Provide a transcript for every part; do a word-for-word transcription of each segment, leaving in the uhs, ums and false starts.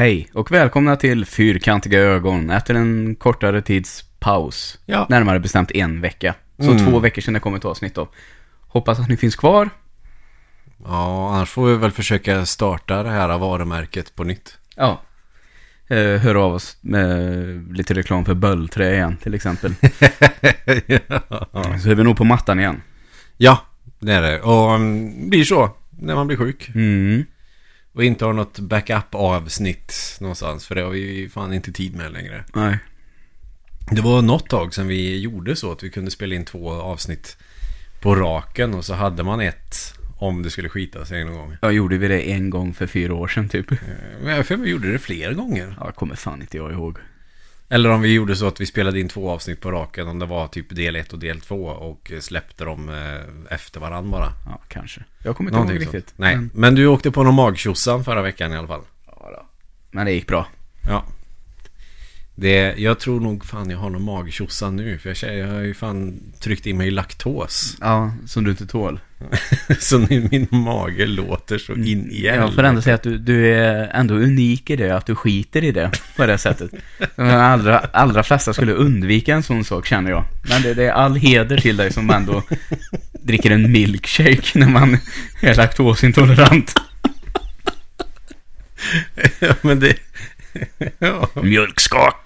Hej och välkomna till Fyrkantiga ögon efter en kortare tids paus. Ja. Närmare bestämt en vecka. Så Mm. två veckor sedan det kom ett avsnitt då. Hoppas att ni finns kvar. Ja, annars får vi väl försöka starta det här varumärket på nytt. Ja. Eh, hör av oss med lite reklam för böllträ igen till exempel. ja. Så är vi nog på mattan igen. Ja, det är det. Och um, blir så när man blir sjuk. Mm. Och inte har något backup-avsnitt någonstans. För det har vi ju fan inte tid med längre. Nej. Det var något tag sedan vi gjorde så att vi kunde spela in två avsnitt på raken. Och så hade man ett om det skulle skita sig en gång. Ja, gjorde vi det en gång för fyra år sedan typ. Men för vi gjorde det flera gånger. Ja, kommer fan inte jag ihåg. Eller om vi gjorde så att vi spelade in två avsnitt på raken. Om det var typ del ett och del två. Och släppte dem eh, efter varandra bara. Ja, kanske. Jag kommer inte ihåg Någonting riktigt. sånt. Nej, Men... men du åkte på någon magtjossan förra veckan i alla fall. Ja, då. Men det gick bra. Ja. Det, jag tror nog fan jag har någon magtjossan nu. För jag, känner, jag har ju fan tryckt in mig i laktos. Ja, som du inte tål. Så min, min mage låter så in i helvete. Jag får ändå säga att du, du är ändå unik i det. Att du skiter i det på det sättet. De allra, allra flesta skulle undvika en sån sak, känner jag. Men det, det är all heder till dig som ändå dricker en milkshake när man är laktosintolerant. Ja, men det... ja. Mjölkskak.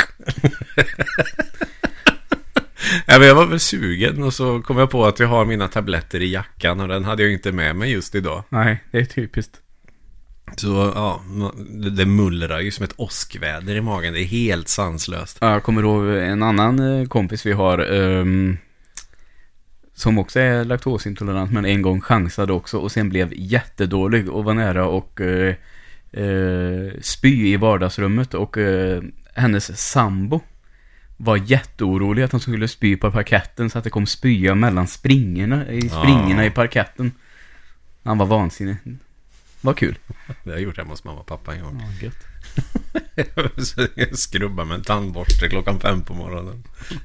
Ja, men jag var väl sugen och så kom jag på att jag har mina tabletter i jackan och den hade jag inte med mig just idag. Nej, det är typiskt. Så ja, det mullrar ju som ett åskväder i magen. Det är helt sanslöst. Jag kommer ihåg en annan kompis vi har um, som också är laktosintolerant men en gång chansade också och sen blev jättedålig och var nära och uh, uh, spy i vardagsrummet och uh, hennes sambo var jätteorolig att han skulle spy på parketten så att det kom spya mellan springorna i springorna ja. i parketten. Han var vansinnig. Vad kul. Det har jag gjort hemma hos mamma och pappa en gång. Ja, gött. Jag skrubbar med en tandborste klockan fem på morgonen.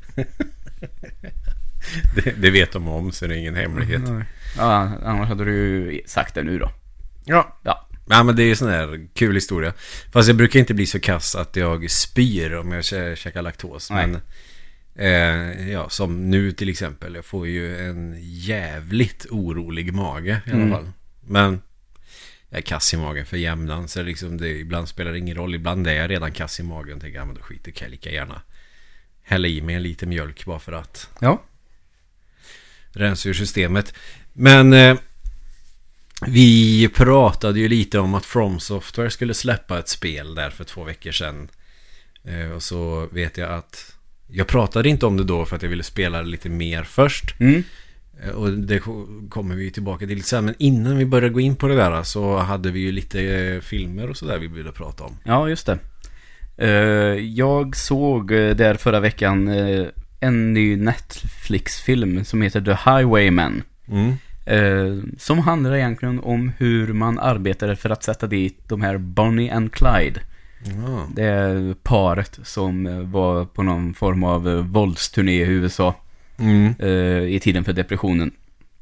det, det vet de om, så det är ingen hemlighet. Ja, annars hade du ju sagt det nu då. Ja. Ja. Ja, men det är ju sån här kul historia. Fast jag brukar inte bli så kass att jag spyr om jag kä- käkar laktos. Nej. Men eh, ja, som nu till exempel. Jag får ju en jävligt orolig mage i alla Mm. fall. Men jag är kass i magen för jämnan. Så liksom det, ibland spelar det ingen roll. Ibland är jag redan kass i magen och tänker, ja men då skiter kan jag lika gärna hälla i mig en liten mjölk bara för att Ja. rensa ur systemet. Men eh, vi pratade ju lite om att From Software skulle släppa ett spel där för två veckor sedan. Eh, och så vet jag att jag pratade inte om det då för att jag ville spela lite mer först. Mm. Eh, och det kommer vi tillbaka till sen. Men innan vi började gå in på det där så hade vi ju lite eh, filmer och sådär vi ville prata om. Ja, just det. Uh, jag såg uh, där förra veckan uh, en ny Netflix-film som heter The Highwayman. Mm. Uh, som handlar egentligen om hur man arbetade för att sätta dit de här Bonnie and Clyde. Ja. Det är paret som uh, var på någon form av uh, våldsturné i U S A Mm. uh, i tiden för depressionen.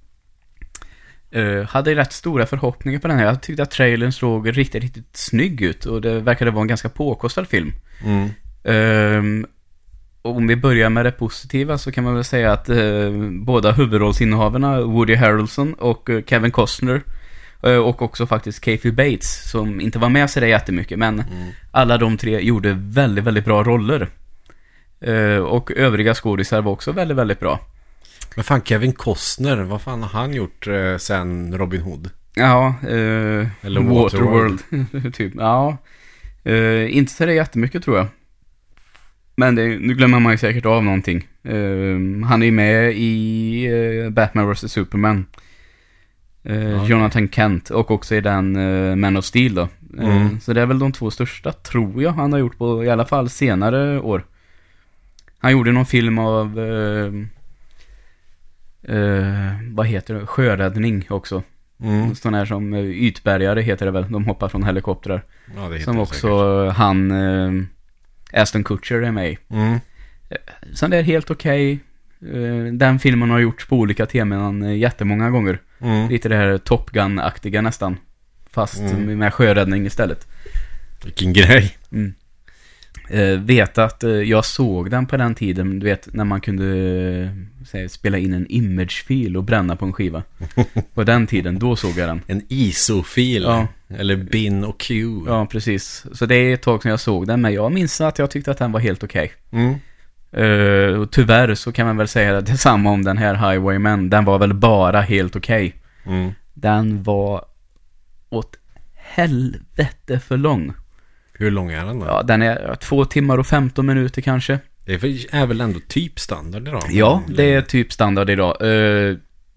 Uh, hade rätt stora förhoppningar på den här. Jag tyckte att trailern såg riktigt, riktigt snygg ut och det verkade vara en ganska påkostad film. Mm. Um, och om vi börjar med det positiva så kan man väl säga att uh, båda huvudrollsinnehavarna, Woody Harrelson och uh, Kevin Costner uh, och också faktiskt Kathy Bates som inte var med sig det jättemycket men Mm. alla de tre gjorde väldigt, väldigt bra roller. Uh, och övriga skådisar var också väldigt, väldigt bra. Men fan, Kevin Costner, vad fan har han gjort eh, sen Robin Hood? Ja, uh, Eller Waterworld. Waterworld. typ. Ja, uh, inte så det jättemycket tror jag. Men det, nu glömmer man ju säkert av någonting. Uh, han är med i uh, Batman versus. Superman. Uh, Ja. Jonathan Kent. Och också i den uh, Man of Steel då. Uh, Mm. Så det är väl de två största, tror jag, han har gjort på i alla fall senare år. Han gjorde någon film av... Uh, uh, vad heter det? Sjöräddning också. Mm. Sån här som uh, ytbärgare heter det väl. De hoppar från helikoptrar. Ja, det heter Som det också säkert. han uh, Aston Kutcher är med i. Mm. Sen det är helt okej. Uh, den filmen har gjorts på olika teman uh, jättemånga gånger. Mm. Lite det här Top Gun-aktiga nästan. Fast Mm. med sjöräddning istället. Vilken grej. Mm. Eh, vet att eh, jag såg den på den tiden, du vet, när man kunde eh, säga, spela in en imagefil och bränna på en skiva. På den tiden, då såg jag den. En I S O-fil. Ja. Eller bin och Q. Ja, precis. Så det är ett tag sedan jag såg den, men jag minns att jag tyckte att den var helt okej. Okay. Mm. Uh, och tyvärr så kan man väl säga detsamma om den här Highwayman. Den var väl bara helt okej. Okay. Mm. Den var åt helvete för lång. Hur lång är den då? Ja, den är två timmar och femton minuter kanske. Det är, är väl ändå typ standard idag? Ja, det är typ standard idag. Uh,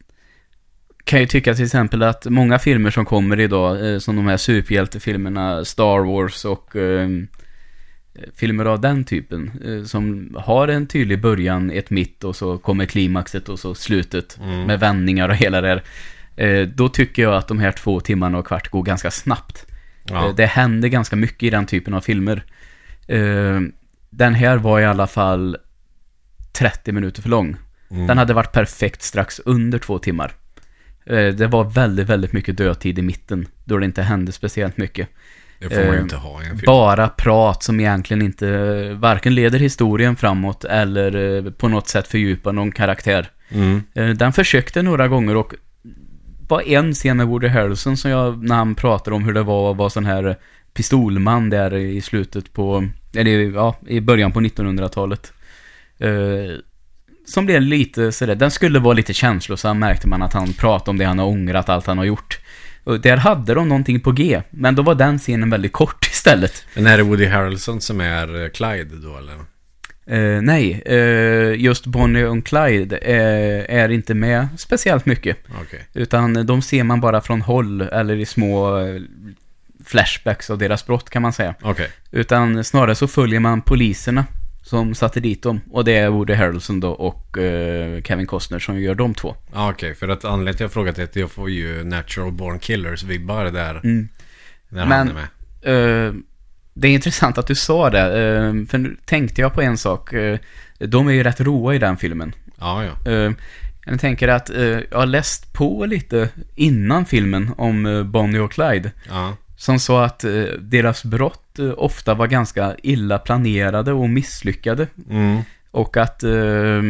kan ju tycka till exempel att många filmer som kommer idag, uh, som de här superhjältefilmerna, Star Wars och uh, filmer av den typen, uh, som har en tydlig början, ett mitt och så kommer klimaxet och så slutet mm. med vändningar och hela det där. Uh, då tycker jag att de här två timmarna och kvart går ganska snabbt. Ja. Uh, det händer ganska mycket i den typen av filmer. Uh, den här var i alla fall trettio minuter för lång. Mm. Den hade varit perfekt strax under två timmar. Det var väldigt, väldigt mycket dödtid i mitten, då det inte hände speciellt mycket. Det får man ju inte ha i en film. Bara prat som egentligen inte varken leder historien framåt eller på något sätt fördjupar någon karaktär. Mm. Den försökte några gånger, och var en scen med Woody Harrelson som jag, när han pratade om hur det var att vara sån här pistolman där i slutet på, eller ja, i början på nittonhundratalet. Uh, som blev lite sådär, den skulle vara lite känslosam, märkte man att han pratade om det han har ångrat, allt han har gjort. Och där hade de någonting på G, men då var den scenen väldigt kort istället. Men är det Woody Harrelson som är Clyde då, eller? Uh, nej, uh, just Bonnie och Clyde är, är inte med speciellt mycket. Okay. Utan de ser man bara från håll eller i små flashbacks av deras brott, kan man säga. Okay. Utan snarare så följer man poliserna som satte dit dem, och det är Woody Harrelson då och uh, Kevin Costner som gör de två. Ja, okej, okay. För att anledningen till jag frågat är att jag får ju Natural Born Killers vibbar där mm. när Men, han är med. Uh, det är intressant att du sa det, uh, för nu tänkte jag på en sak. Uh, de är ju rätt roa i den filmen. Ja, ja. Uh, jag tänker att uh, jag har läst på lite innan filmen om uh, Bonnie och Clyde. Ja. Som sa att uh, deras brott uh, ofta var ganska illa planerade och misslyckade. Mm. Och att uh,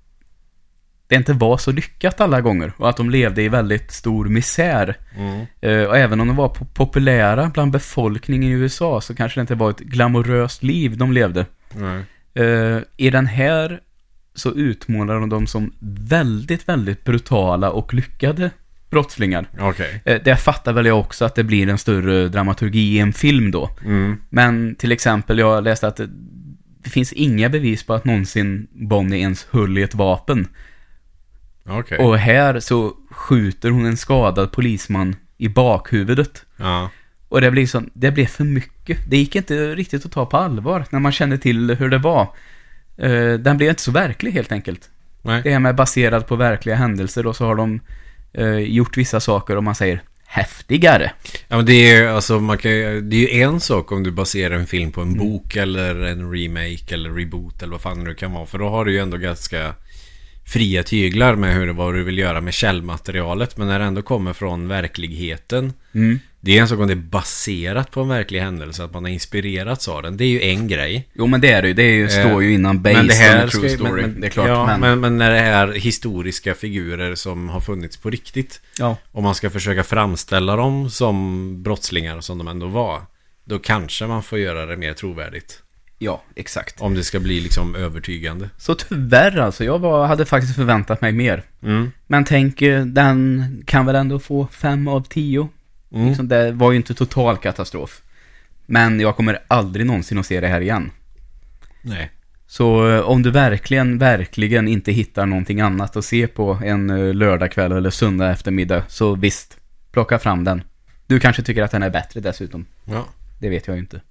det inte var så lyckat alla gånger. Och att de levde i väldigt stor misär. Mm. Uh, och även om de var populära bland befolkningen i U S A, så kanske det inte var ett glamoröst liv de levde. Mm. Uh, I den här så utmålar de dem som väldigt, väldigt brutala och lyckade brottslingar. Okay. Det fattar väl jag också, att det blir en större dramaturgi i en film då. Mm. Men till exempel, jag läste att det, det finns inga bevis på att någonsin Bonnie ens höll i ett vapen. Okay. Och här så skjuter hon en skadad polisman i bakhuvudet. Ja. Och det blir så, det blev för mycket. Det gick inte riktigt att ta på allvar när man kände till hur det var. Uh, den blev inte så verklig helt enkelt. Nej. Det är med baserad på verkliga händelser, och så har de uh, gjort vissa saker, och man säger häftigare. Ja, men det är alltså man kan, det är ju en sak om du baserar en film på en mm. bok eller en remake eller reboot eller vad fan det kan vara, för då har du ju ändå ganska fria tyglar med hur det var du vill göra med källmaterialet, men när det ändå kommer från verkligheten. Mm. Det är en sak om det är baserat på en verklig händelse, att man har inspirerats av den. Det är ju en grej. Jo, men det är det ju. Det är ju, står ju innan based men det här on a true ska, story. Men, men, det är klart. Ja, men... Men, men när det är historiska figurer som har funnits på riktigt, ja. och man ska försöka framställa dem som brottslingar som de ändå var, då kanske man får göra det mer trovärdigt. Ja, exakt. Om det ska bli liksom övertygande. Så tyvärr alltså, jag var, hade faktiskt förväntat mig mer. Mm. Men tänk, den kan väl ändå få fem av tio. Mm. Liksom, det var ju inte total katastrof. Men jag kommer aldrig någonsin att se det här igen. Nej. Så om du verkligen, verkligen inte hittar någonting annat att se på en lördagkväll eller söndag eftermiddag, så visst, plocka fram den. Du kanske tycker att den är bättre dessutom. Ja. Det vet jag ju inte.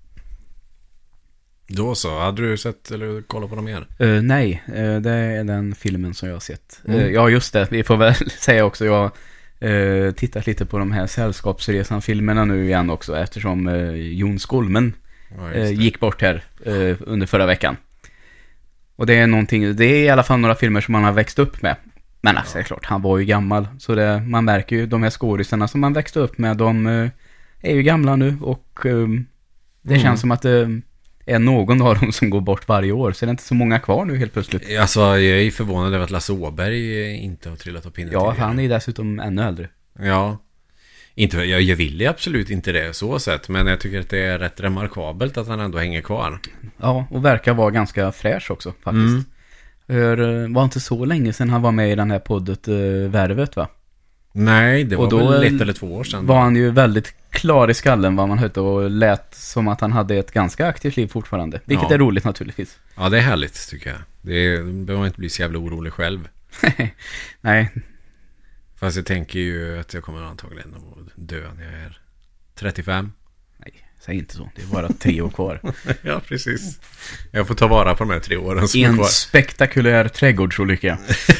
Då så, hade du sett eller kollat på dem mer? Uh, nej, uh, det är den filmen som jag har sett. Mm. Uh, ja, just det. Vi får väl säga också, jag har uh, tittat lite på de här Sällskapsresan-filmerna nu igen också, eftersom uh, Jon Skolmen ja, uh, gick bort här uh, under förra veckan. Och det är någonting, det är i alla fall några filmer som man har växt upp med. Men alltså, ja. Det är klart, han var ju gammal. Så det, man märker ju, de här skådisarna som man växte upp med, de uh, är ju gamla nu och... Um, Det mm. känns som att det är någon av dem som går bort varje år. Så det är inte så många kvar nu helt plötsligt. Alltså jag är förvånad över att Lasse Åberg inte har trillat upp pinnen. Ja, han är dessutom ännu äldre. Ja. Inte, jag, jag vill absolut inte det så sett. Men jag tycker att det är rätt remarkabelt att han ändå hänger kvar. Ja, och verkar vara ganska fräsch också faktiskt. Mm. För, var inte så länge sedan han var med i den här poddet uh, Värvet, va? Nej, det var och då väl ett eller två år sedan. Var han ju väldigt klar i skallen vad man hörde och lät som att han hade ett ganska aktivt liv fortfarande. Vilket ja. är roligt naturligtvis. Ja, det är härligt tycker jag. Det behöver man inte bli så jävla orolig själv. Nej. Fast jag tänker ju att jag kommer antagligen att dö när jag är trettiofem. Nej, säg inte så. Det är bara tre år kvar. Ja, precis. Jag får ta vara på de här tre åren som en är kvar. spektakulär trädgårdsolycka.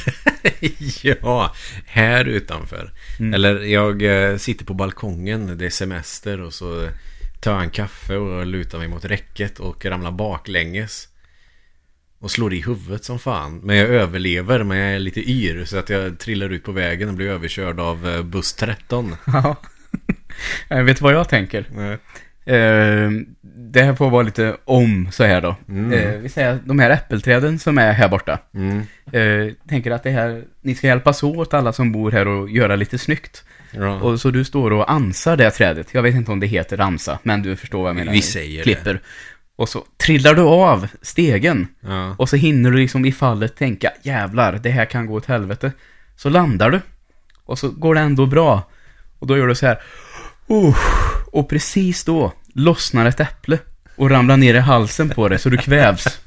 Ja, här utanför. Mm. Eller jag eh, sitter på balkongen, det är semester och så tar jag en kaffe och lutar mig mot räcket och ramlar baklänges. Och slår i huvudet som fan. Men jag överlever, men jag är lite yr så att jag trillar ut på vägen och blir överkörd av eh, buss tretton. Ja. Jag vet vad jag tänker. Nej. Eh, det här får vara lite om så här då. Mm. Eh, vi säger de här äppelträden som är här borta. Mm. Eh, tänker att det här, ni ska hjälpas åt alla som bor här och göra lite snyggt. Ja. Och så du står och ansar det trädet. Jag vet inte om det heter ansa, men du förstår vad jag menar. Vi säger Klipper. det. Och så trillar du av stegen. Ja. Och så hinner du liksom i fallet tänka, jävlar, det här kan gå åt helvete. Så landar du. Och så går det ändå bra. Och då gör du så här. Uh, och precis då lossnar ett äpple och ramlar ner i halsen på det så du kvävs.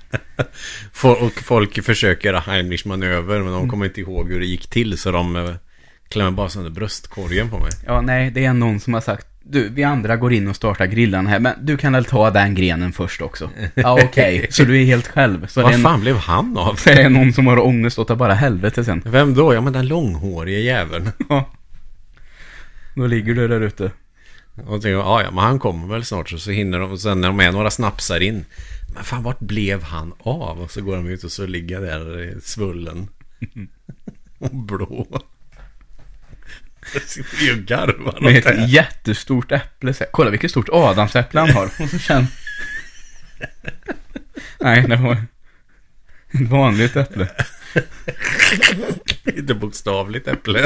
Och folk försöker göra Heimlichs manöver, men de kommer inte ihåg hur det gick till, så de klämmer bara sönder bröstkorgen på mig. Ja, nej, det är någon som har sagt, du, vi andra går in och startar grillan här, men du kan väl ta den grenen först också. Ja, okej, okay. Så du är helt själv. Så vad det är fan en, blev han av? Det är någon som har ångest åt att bara helvete sen. Vem då? Ja, men den långhåriga jäveln. Ja. Då ligger du där ute. Och tänker, ja, ja, men han kommer väl snart, så, så hinner de, och sen när de är några snapsar in, men fan, vart blev han av? Och så går de ut och så ligger där svullen och blå. Jag sitter ju och garvar med ett här. Jättestort äpple. Kolla vilket stort adamsäpple han har. Och så känner... Nej, det var ett vanligt äpple. Inte bokstavligt äpple.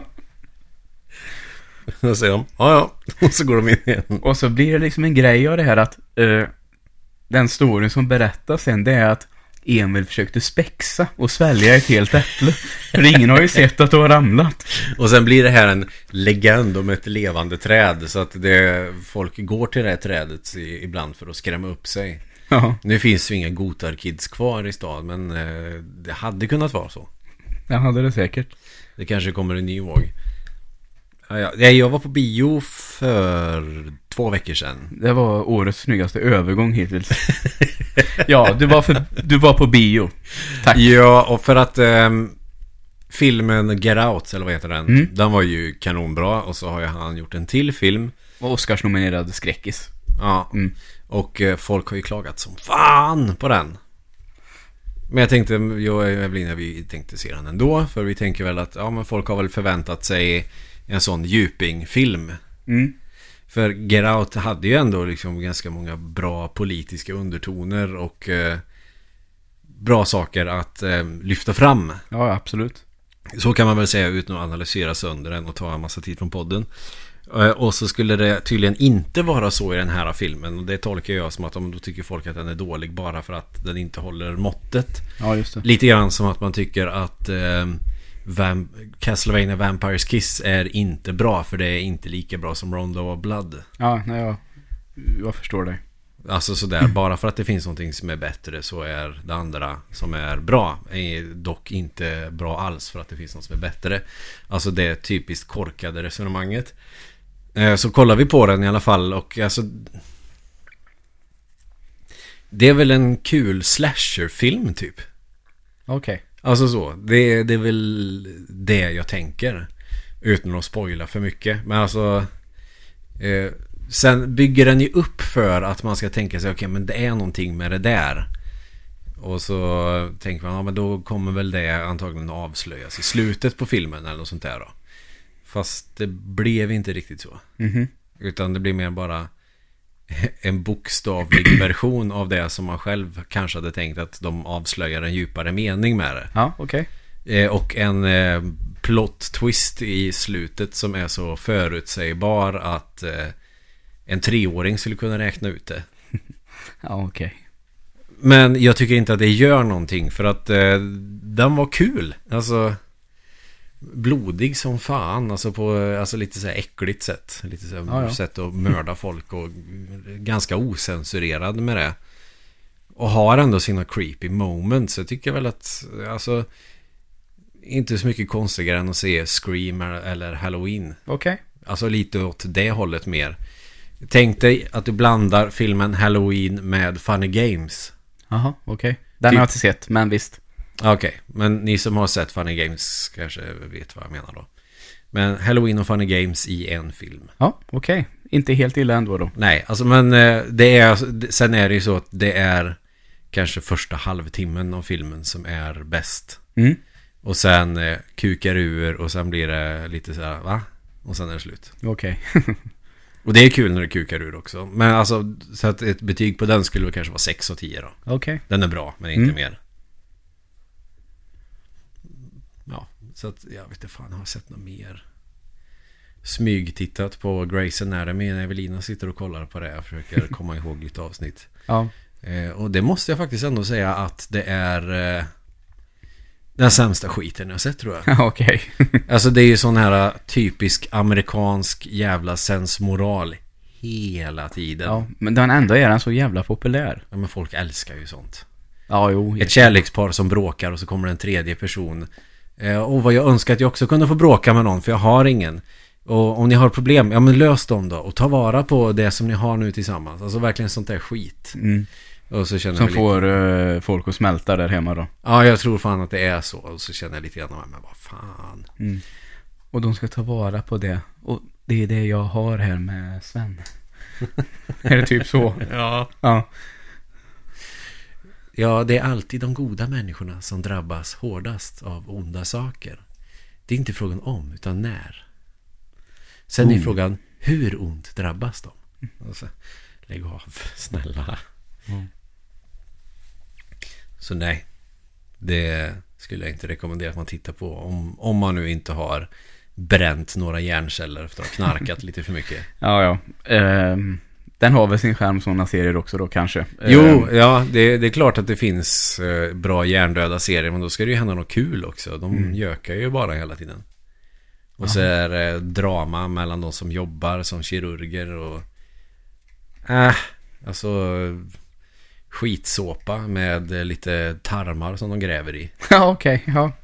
Då säger de, ja ja, och så går de in igen. Och så blir det liksom en grej av det här att uh, den storyn som berättas sen, det är att Emil försökte spexa och svälja ett helt äpple. För ingen har ju sett att det har ramlat. Och sen blir det här en legend om ett levande träd, så att det, folk går till det här trädet ibland för att skrämma upp sig. Ja. Nu finns ju inga Gotar-kids kvar i stan, men uh, det hade kunnat vara så. Det hade det säkert. Det kanske kommer en ny våg. Ja, jag var på bio för två veckor sedan. Det var årets snyggaste övergång hittills. Ja, du var, för, du var på bio. Tack. Ja, och för att um, filmen Get Out, eller vad heter den? Mm. Den var ju kanonbra. Och så har jag, han gjort en till film. Och Oscars-nominerad skräckis. Ja, mm. och uh, folk har ju klagat som fan på den. Men jag tänkte, jag och Evelina, vi tänkte se den ändå. För vi tänker väl att ja, men folk har väl förväntat sig en sån djuping-film. Mm. För Get Out hade ju ändå liksom ganska många bra politiska undertoner och eh, bra saker att eh, lyfta fram. Ja, absolut. Så kan man väl säga utan att analysera sönder den och ta en massa tid från podden. Eh, och så skulle det tydligen inte vara så i den här filmen. Och det tolkar jag som att de då tycker folk att den är dålig bara för att den inte håller måttet. Ja, just det. Lite grann som att man tycker att eh, Vamp- Castlevania Vampire's Kiss är inte bra, för det är inte lika bra som Rondo of Blood. Ja, nej, jag, jag förstår det. Alltså sådär, bara för att det finns någonting som är bättre så är det andra som är bra är dock inte bra alls för att det finns något som är bättre. Alltså det är typiskt korkade resonemanget. eh, Så kollar vi på den i alla fall. Och alltså, det är väl en kul slasherfilm typ. Okej. Okay. Alltså så, det, det är väl det jag tänker, utan att spoila för mycket. Men alltså eh, sen bygger den ju upp för att man ska tänka sig, okej, okay, men det är någonting med det där. Och så tänker man, ja, men då kommer väl det antagligen avslöjas i slutet på filmen eller något sånt där då. Fast det blev inte riktigt så. Mm-hmm. Utan det blir mer bara en bokstavlig version av det som man själv kanske hade tänkt att de avslöjar en djupare mening med det. Ja, okej. Okay. Eh, och en eh, plot twist i slutet som är så förutsägbar att eh, en treåring skulle kunna räkna ut det. Ja, okej. Okay. Men jag tycker inte att det gör någonting för att eh, den var kul. Alltså blodig som fan, alltså på alltså lite så här äckligt sätt, lite så här ja, ja. sätt att mörda folk och ganska osensurerad med det. Och har ändå sina creepy moments. Så jag tycker väl att alltså inte så mycket konstigare än att se Scream eller Halloween. Okej. Okay. Alltså lite åt det hållet mer. Tänk dig att du blandar filmen Halloween med Funny Games. Jaha, okej. Okay. Den typ... har jag inte sett, men visst. Okej, okay. Men ni som har sett Funny Games kanske vet vad jag menar då. Men Halloween och Funny Games i en film. Ja, okej. Okay. Inte helt illa ändå då. Nej, alltså men det är, sen är det ju så att det är kanske första halvtimmen av filmen som är bäst. Mm. Och sen eh, kukar ur och sen blir det lite så här, va? Och sen är det slut. Okej. Okay. Och det är kul när det kukar ur också. Men alltså, så att ett betyg på den skulle väl kanske vara sex och tio då. Okej. Okay. Den är bra, men inte mm. mer. Ja, så att jag vet inte fan, jag har sett något mer. Smygtittat på Grey's Anatomy när Evelina sitter och kollar på det. Jag försöker komma ihåg lite avsnitt. Ja. Eh, och det måste jag faktiskt ändå säga att det är eh, den sämsta skiten jag sett, tror jag. Ja, okej. Okay. Alltså det är ju sån här typisk amerikansk jävla sensmoral hela tiden. Ja, men den ändå är den så jävla populär. Ja, men folk älskar ju sånt. Ja, jo. Ett kärlekspar som bråkar och så kommer en tredje person. Eh, och vad jag önskar att jag också kunde få bråka med någon, för jag har ingen. Och om ni har problem, ja men lös dem då. Och ta vara på det som ni har nu tillsammans. Alltså verkligen sånt där skit. Mm. Och så känner som lite... får uh, folk att smälta där hemma då. Ja, jag tror fan att det är så. Och så känner jag lite grann, men vad fan. Mm. Och de ska ta vara på det. Och det är det jag har här med Sven. Är det typ så? Ja. Ja. Ja, det är alltid de goda människorna som drabbas hårdast av onda saker. Det är inte frågan om, utan när. Sen mm. är frågan, hur ont drabbas de? Alltså, lägg av, snälla. Mm. Så nej, det skulle jag inte rekommendera att man tittar på. Om, om man nu inte har bränt några hjärnceller efter att ha knarkat lite för mycket. Ja, ja. Um... Den har väl sin skärm sådana serier också då kanske. Jo, ja, det, det är klart att det finns eh, bra hjärndöda serier, men då ska det ju hända något kul också. De mm. gökar ju bara hela tiden. Och Aha. så är det eh, drama mellan de som jobbar som kirurger och äh, alltså skitsåpa med eh, lite tarmar som de gräver i. Ja, okej, okay, ja.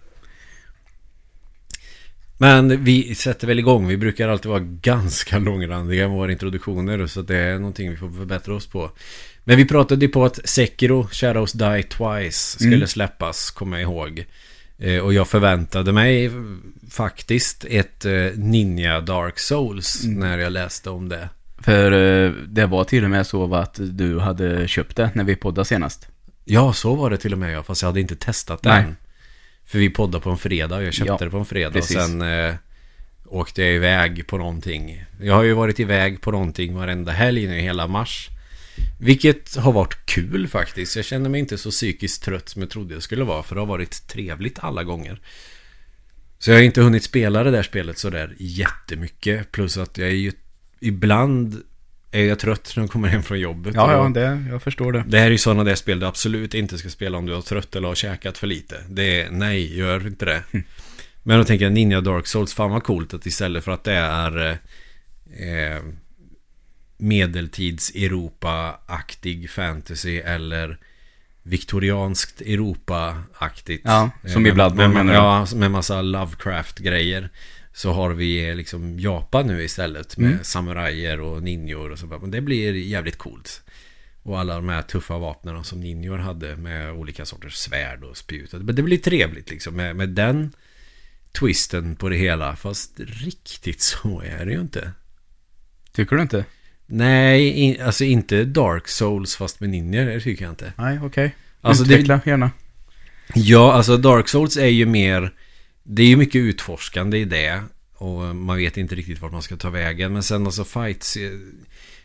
Men vi sätter väl igång. Vi brukar alltid vara ganska långrandiga med våra introduktioner, så det är någonting vi får förbättra oss på. Men vi pratade ju på att Sekiro Shadows Die Twice skulle mm. släppas, kommer jag ihåg. Eh, och jag förväntade mig faktiskt ett eh, Ninja Dark Souls mm. när jag läste om det. För eh, det var till och med så att du hade köpt det när vi poddade senast. Ja, så var det till och med, ja, fast jag hade inte testat det än. För vi poddade på en fredag och jag köpte ja, det på en fredag. Precis. Och sen eh, åkte jag iväg på någonting. Jag har ju varit iväg på någonting varenda helg nu hela mars. Vilket har varit kul faktiskt. Jag känner mig inte så psykiskt trött som jag trodde jag skulle vara. För det har varit trevligt alla gånger. Så jag har inte hunnit spela det där spelet så där jättemycket. Plus att jag är ju ibland... är jag trött när jag kommer hem från jobbet. Ja, ja det, jag förstår det. Det här är ju sådana där spel du absolut inte ska spela om du har trött eller har käkat för lite. Det är, nej, gör inte det. Mm. Men då tänker jag Ninja Dark Souls, fan vad coolt att istället för att det är eh, medeltids Europa-aktig fantasy eller viktorianskt Europa-aktigt. Ja, som i Bloodborne menar du? Ja, med massa Lovecraft-grejer. Så har vi liksom Japan nu istället med mm. samurajer och ninjor och så. Men det blir jävligt coolt. Och alla de här tuffa vapnen som ninjor hade med olika sorters svärd och spjut. Men det blir trevligt liksom med, med den twisten på det hela. Fast riktigt så är det ju inte. Tycker du inte? Nej, in, alltså inte Dark Souls fast med ninjor, det tycker jag inte. Nej, okej. Okay. Alltså Utveckla det, gärna. Ja, alltså Dark Souls är ju mer... Det är ju mycket utforskande i det. Och man vet inte riktigt vart man ska ta vägen. Men sen alltså fights...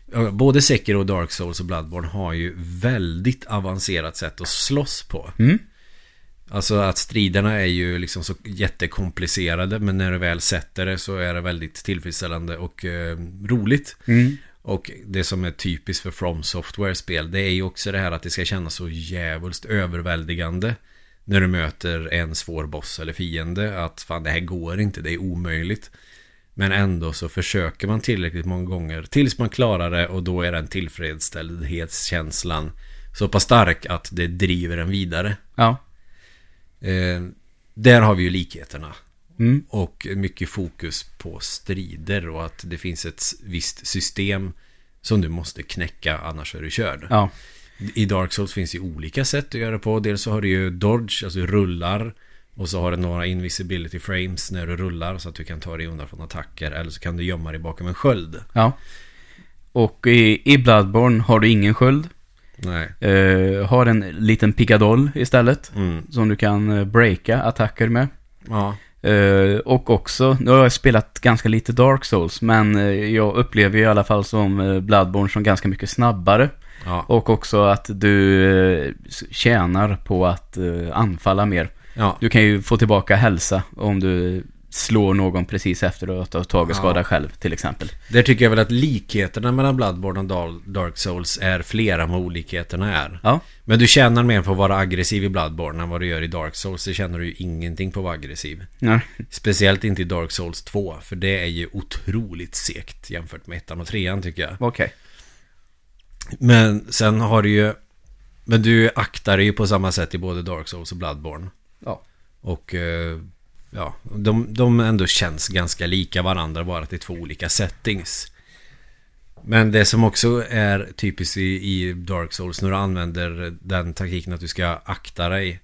både Sekiro och Dark Souls och Bloodborne har ju väldigt avancerat sätt att slåss på. Mm. Alltså att striderna är ju liksom så jättekomplicerade, men när du väl sätter det så är det väldigt tillfredsställande och eh, roligt. Mm. Och det som är typiskt för From Software-spel, det är ju också det här att det ska kännas så jävligt överväldigande när du möter en svår boss eller fiende, att fan, det här går inte, det är omöjligt. Men ändå så försöker man tillräckligt många gånger tills man klarar det, och då är den tillfredsställhetskänslan så pass stark att det driver en vidare. Ja. Eh, där har vi ju likheterna. Mm. Och mycket fokus på strider och att det finns ett visst system som du måste knäcka, annars är du körd. Ja. I Dark Souls finns ju olika sätt att göra på. Dels så har du ju dodge, alltså rullar, och så har du några invisibility frames när du rullar så att du kan ta dig undan från attacker, eller så kan du gömma dig bakom en sköld. Ja. Och i, i Bloodborne har du ingen sköld. Nej. Uh, har en liten pickadoll istället, Mm. som du kan uh, breaka attacker med. Ja. Uh, och också, nu har jag spelat ganska lite Dark Souls, men uh, jag upplever i alla fall som uh, Bloodborne som ganska mycket snabbare. Ja. Och också att du uh, tjänar på att uh, anfalla mer. Ja. Du kan ju få tillbaka hälsa om du slår någon precis efter att ha tagit skada Ja. själv, till exempel. Där tycker jag väl att likheterna mellan Bloodborne och Dark Souls är flera än vad olikheterna är. Ja. Men du tjänar mer på att vara aggressiv i Bloodborne än vad du gör i Dark Souls. Det känner du ju ingenting på att vara aggressiv. Ja. Speciellt inte i Dark Souls två, för det är ju otroligt segt jämfört med ettan och trean, tycker jag. Okej. Okay. Men sen har du ju, men du aktar dig ju på samma sätt i både Dark Souls och Bloodborne. Ja. Och eh, ja, de, de ändå känns ganska lika varandra, bara att det är två olika settings. Men det som också är typiskt i, i Dark Souls, när du använder den taktiken att du ska akta dig,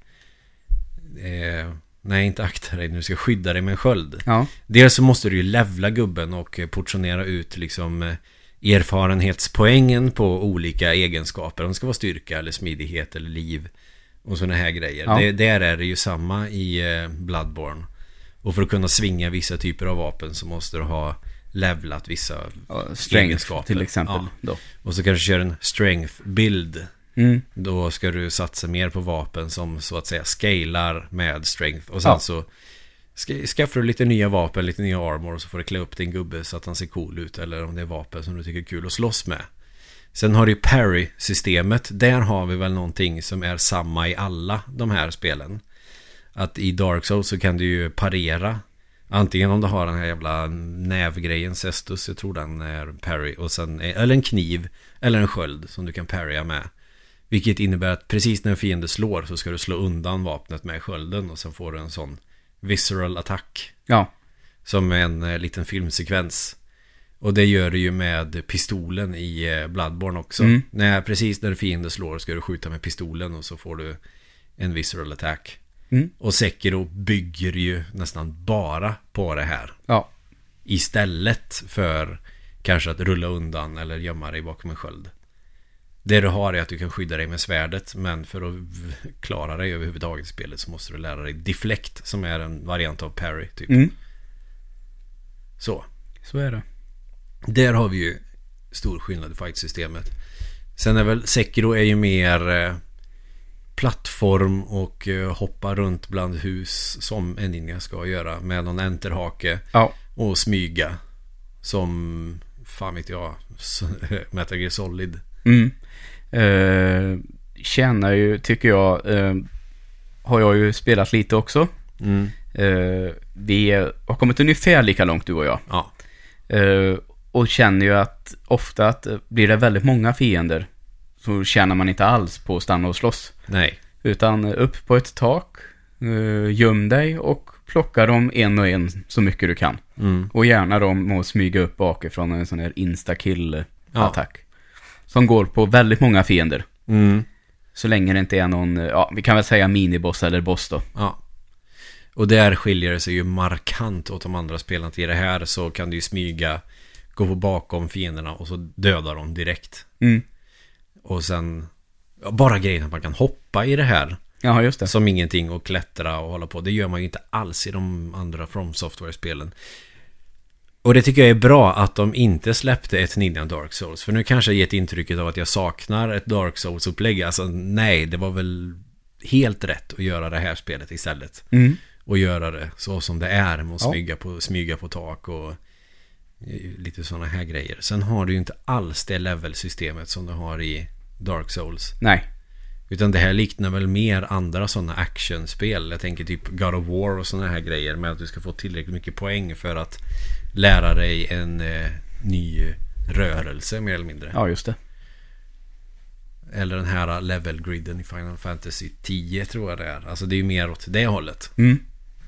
eh, nej, inte akta dig, du ska skydda dig med en sköld. Ja. Dels så måste du ju levla gubben och portionera ut liksom erfarenhetspoängen på olika egenskaper. Om det ska vara styrka eller smidighet eller liv och såna här grejer. Ja. Det, där är det ju samma i Bloodborne. Och för att kunna svinga vissa typer av vapen så måste du ha levlat vissa ja, strength egenskaper. Till exempel. Ja. Då. Och så kanske köra en strength build. Mm. Då ska du satsa mer på vapen som så att säga scalar med strength. Och sen Ja. så ska, skaffar du lite nya vapen, lite nya armor, och så får du klä upp din gubbe så att han ser cool ut. Eller om det är vapen som du tycker är kul att slåss med. Sen har du ju parry-systemet. Där har vi väl någonting som är samma i alla de här spelen. Att i Dark Souls så kan du ju parera. Antingen om du har den här jävla nävgrejen, Cestus, jag tror den är parry, och sen, eller en kniv eller en sköld som du kan parrya med. Vilket innebär att precis när en fiende slår så ska du slå undan vapnet med skölden, och sen får du en sån visceral attack. Ja. Som en eh, liten filmsekvens. Och det gör du ju med pistolen i eh, Bloodborne också. Mm. När, precis när fienden slår ska du skjuta med pistolen, och så får du en visceral attack. Mm. Och Sekiro bygger ju nästan bara på det här. Ja. Istället för kanske att rulla undan eller gömma dig bakom en sköld. Det du har är att du kan skydda dig med svärdet, men för att klara dig överhuvudtaget i spelet så måste du lära dig deflect, som är en variant av parry typ. Mm. Så. Så är det. Där har vi ju stor skillnad i fight-systemet. Sen är väl Sekiro är ju mer eh, plattform och eh, hoppa runt bland hus som en ninja ska göra, med någon enterhake. Ja. Och smyga som, fan vet jag, Metal Gear Solid. Mm. Eh, tjänar ju, tycker jag, eh, har jag ju spelat lite också. Mm. Eh, vi har kommit ungefär lika långt, du och jag. Ja. Eh, och känner ju att ofta att blir det väldigt många fiender så tjänar man inte alls på att stanna och slåss. Nej. Utan upp på ett tak, eh, göm dig och plocka dem en och en så mycket du kan. Mm. Och gärna dem med att smyga upp bakifrån en sån här insta-kill-attack. Ja. Som går på väldigt många fiender. Mm. Så länge det inte är någon, ja, vi kan väl säga miniboss eller boss då. Ja. Och där skiljer det sig ju markant åt de andra spelarna. Till det här så kan du ju smyga, gå på bakom fienderna och så döda dem direkt. Mm. Och sen, ja, bara grejen att man kan hoppa i det här. Ja, just det. Som ingenting, och klättra och hålla på. Det gör man ju inte alls i de andra From Software-spelen. Och det tycker jag är bra att de inte släppte ett Ninja Dark Souls. För nu kanske jag gett intrycket av att jag saknar ett Dark Souls-upplägg. Alltså nej, det var väl helt rätt att göra det här spelet istället. Mm. Och göra det så som det är. Med att Ja. smyga, på, smyga på tak och lite sådana här grejer. Sen har du ju inte alls det levelsystemet som du har i Dark Souls. Nej. Utan det här liknar väl mer andra sådana actionspel. Jag tänker typ God of War och sådana här grejer. Med att du ska få tillräckligt mycket poäng för att lära dig en eh, ny rörelse mer eller mindre. Ja, just det. Eller den här level griden i Final Fantasy tio tror jag det är. Alltså det är ju mer åt det hållet. Mm.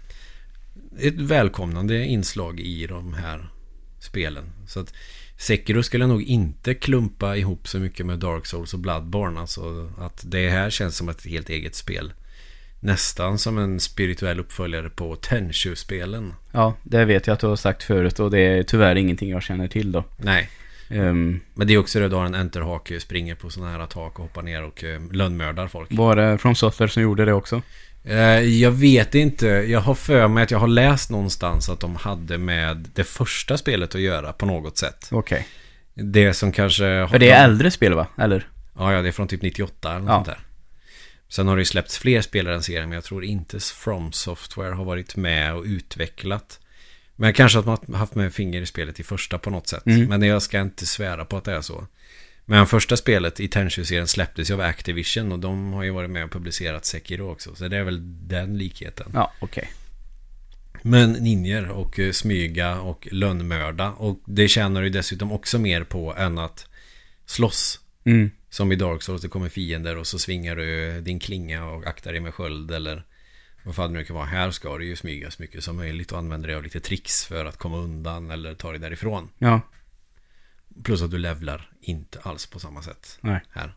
Ett välkomnande inslag i de här spelen. Så att Sekiro skulle nog inte klumpa ihop så mycket med Dark Souls och Bloodborne. Alltså att det här känns som ett helt eget spel. Nästan som en spirituell uppföljare på Tenchu-spelen. Ja, det vet jag att du har sagt förut och det är tyvärr ingenting jag känner till då. Nej. Um, Men det är också det, du har en enterhake, springer på sådana här tak och hoppar ner och um, lönnmördar folk. var det From Software som gjorde det också? Uh, jag vet inte. Jag har för mig att jag har läst någonstans att de hade med det första spelet att göra på något sätt. Okej. Det som kanske... För det är äldre spel va? Eller? Ja, ja, det är från typ nittioåtta eller något Ja. sånt där. Sen har det ju släppts fler spelare än serien, men jag tror inte From Software har varit med och utvecklat. Men kanske att man har haft med finger i spelet i första på något sätt. Mm. Men jag ska inte svära på att det är så. Men första spelet i Tenchu-serien släpptes ju av Activision och de har ju varit med och publicerat Sekiro också. Så det är väl den likheten. Ja, okej. Men ninjer och eh, smyga och lönnmörda. Och det tjänar ju dessutom också mer på än att slåss. Mm. Som i Dark Souls, det kommer fiender och så svingar du din klinga och aktar dig med sköld eller vad fan det nu kan vara. Här ska du ju smyga så mycket som möjligt och använda dig av lite tricks för att komma undan eller ta dig därifrån. Ja. Plus att du levlar inte alls på samma sätt Nej. här.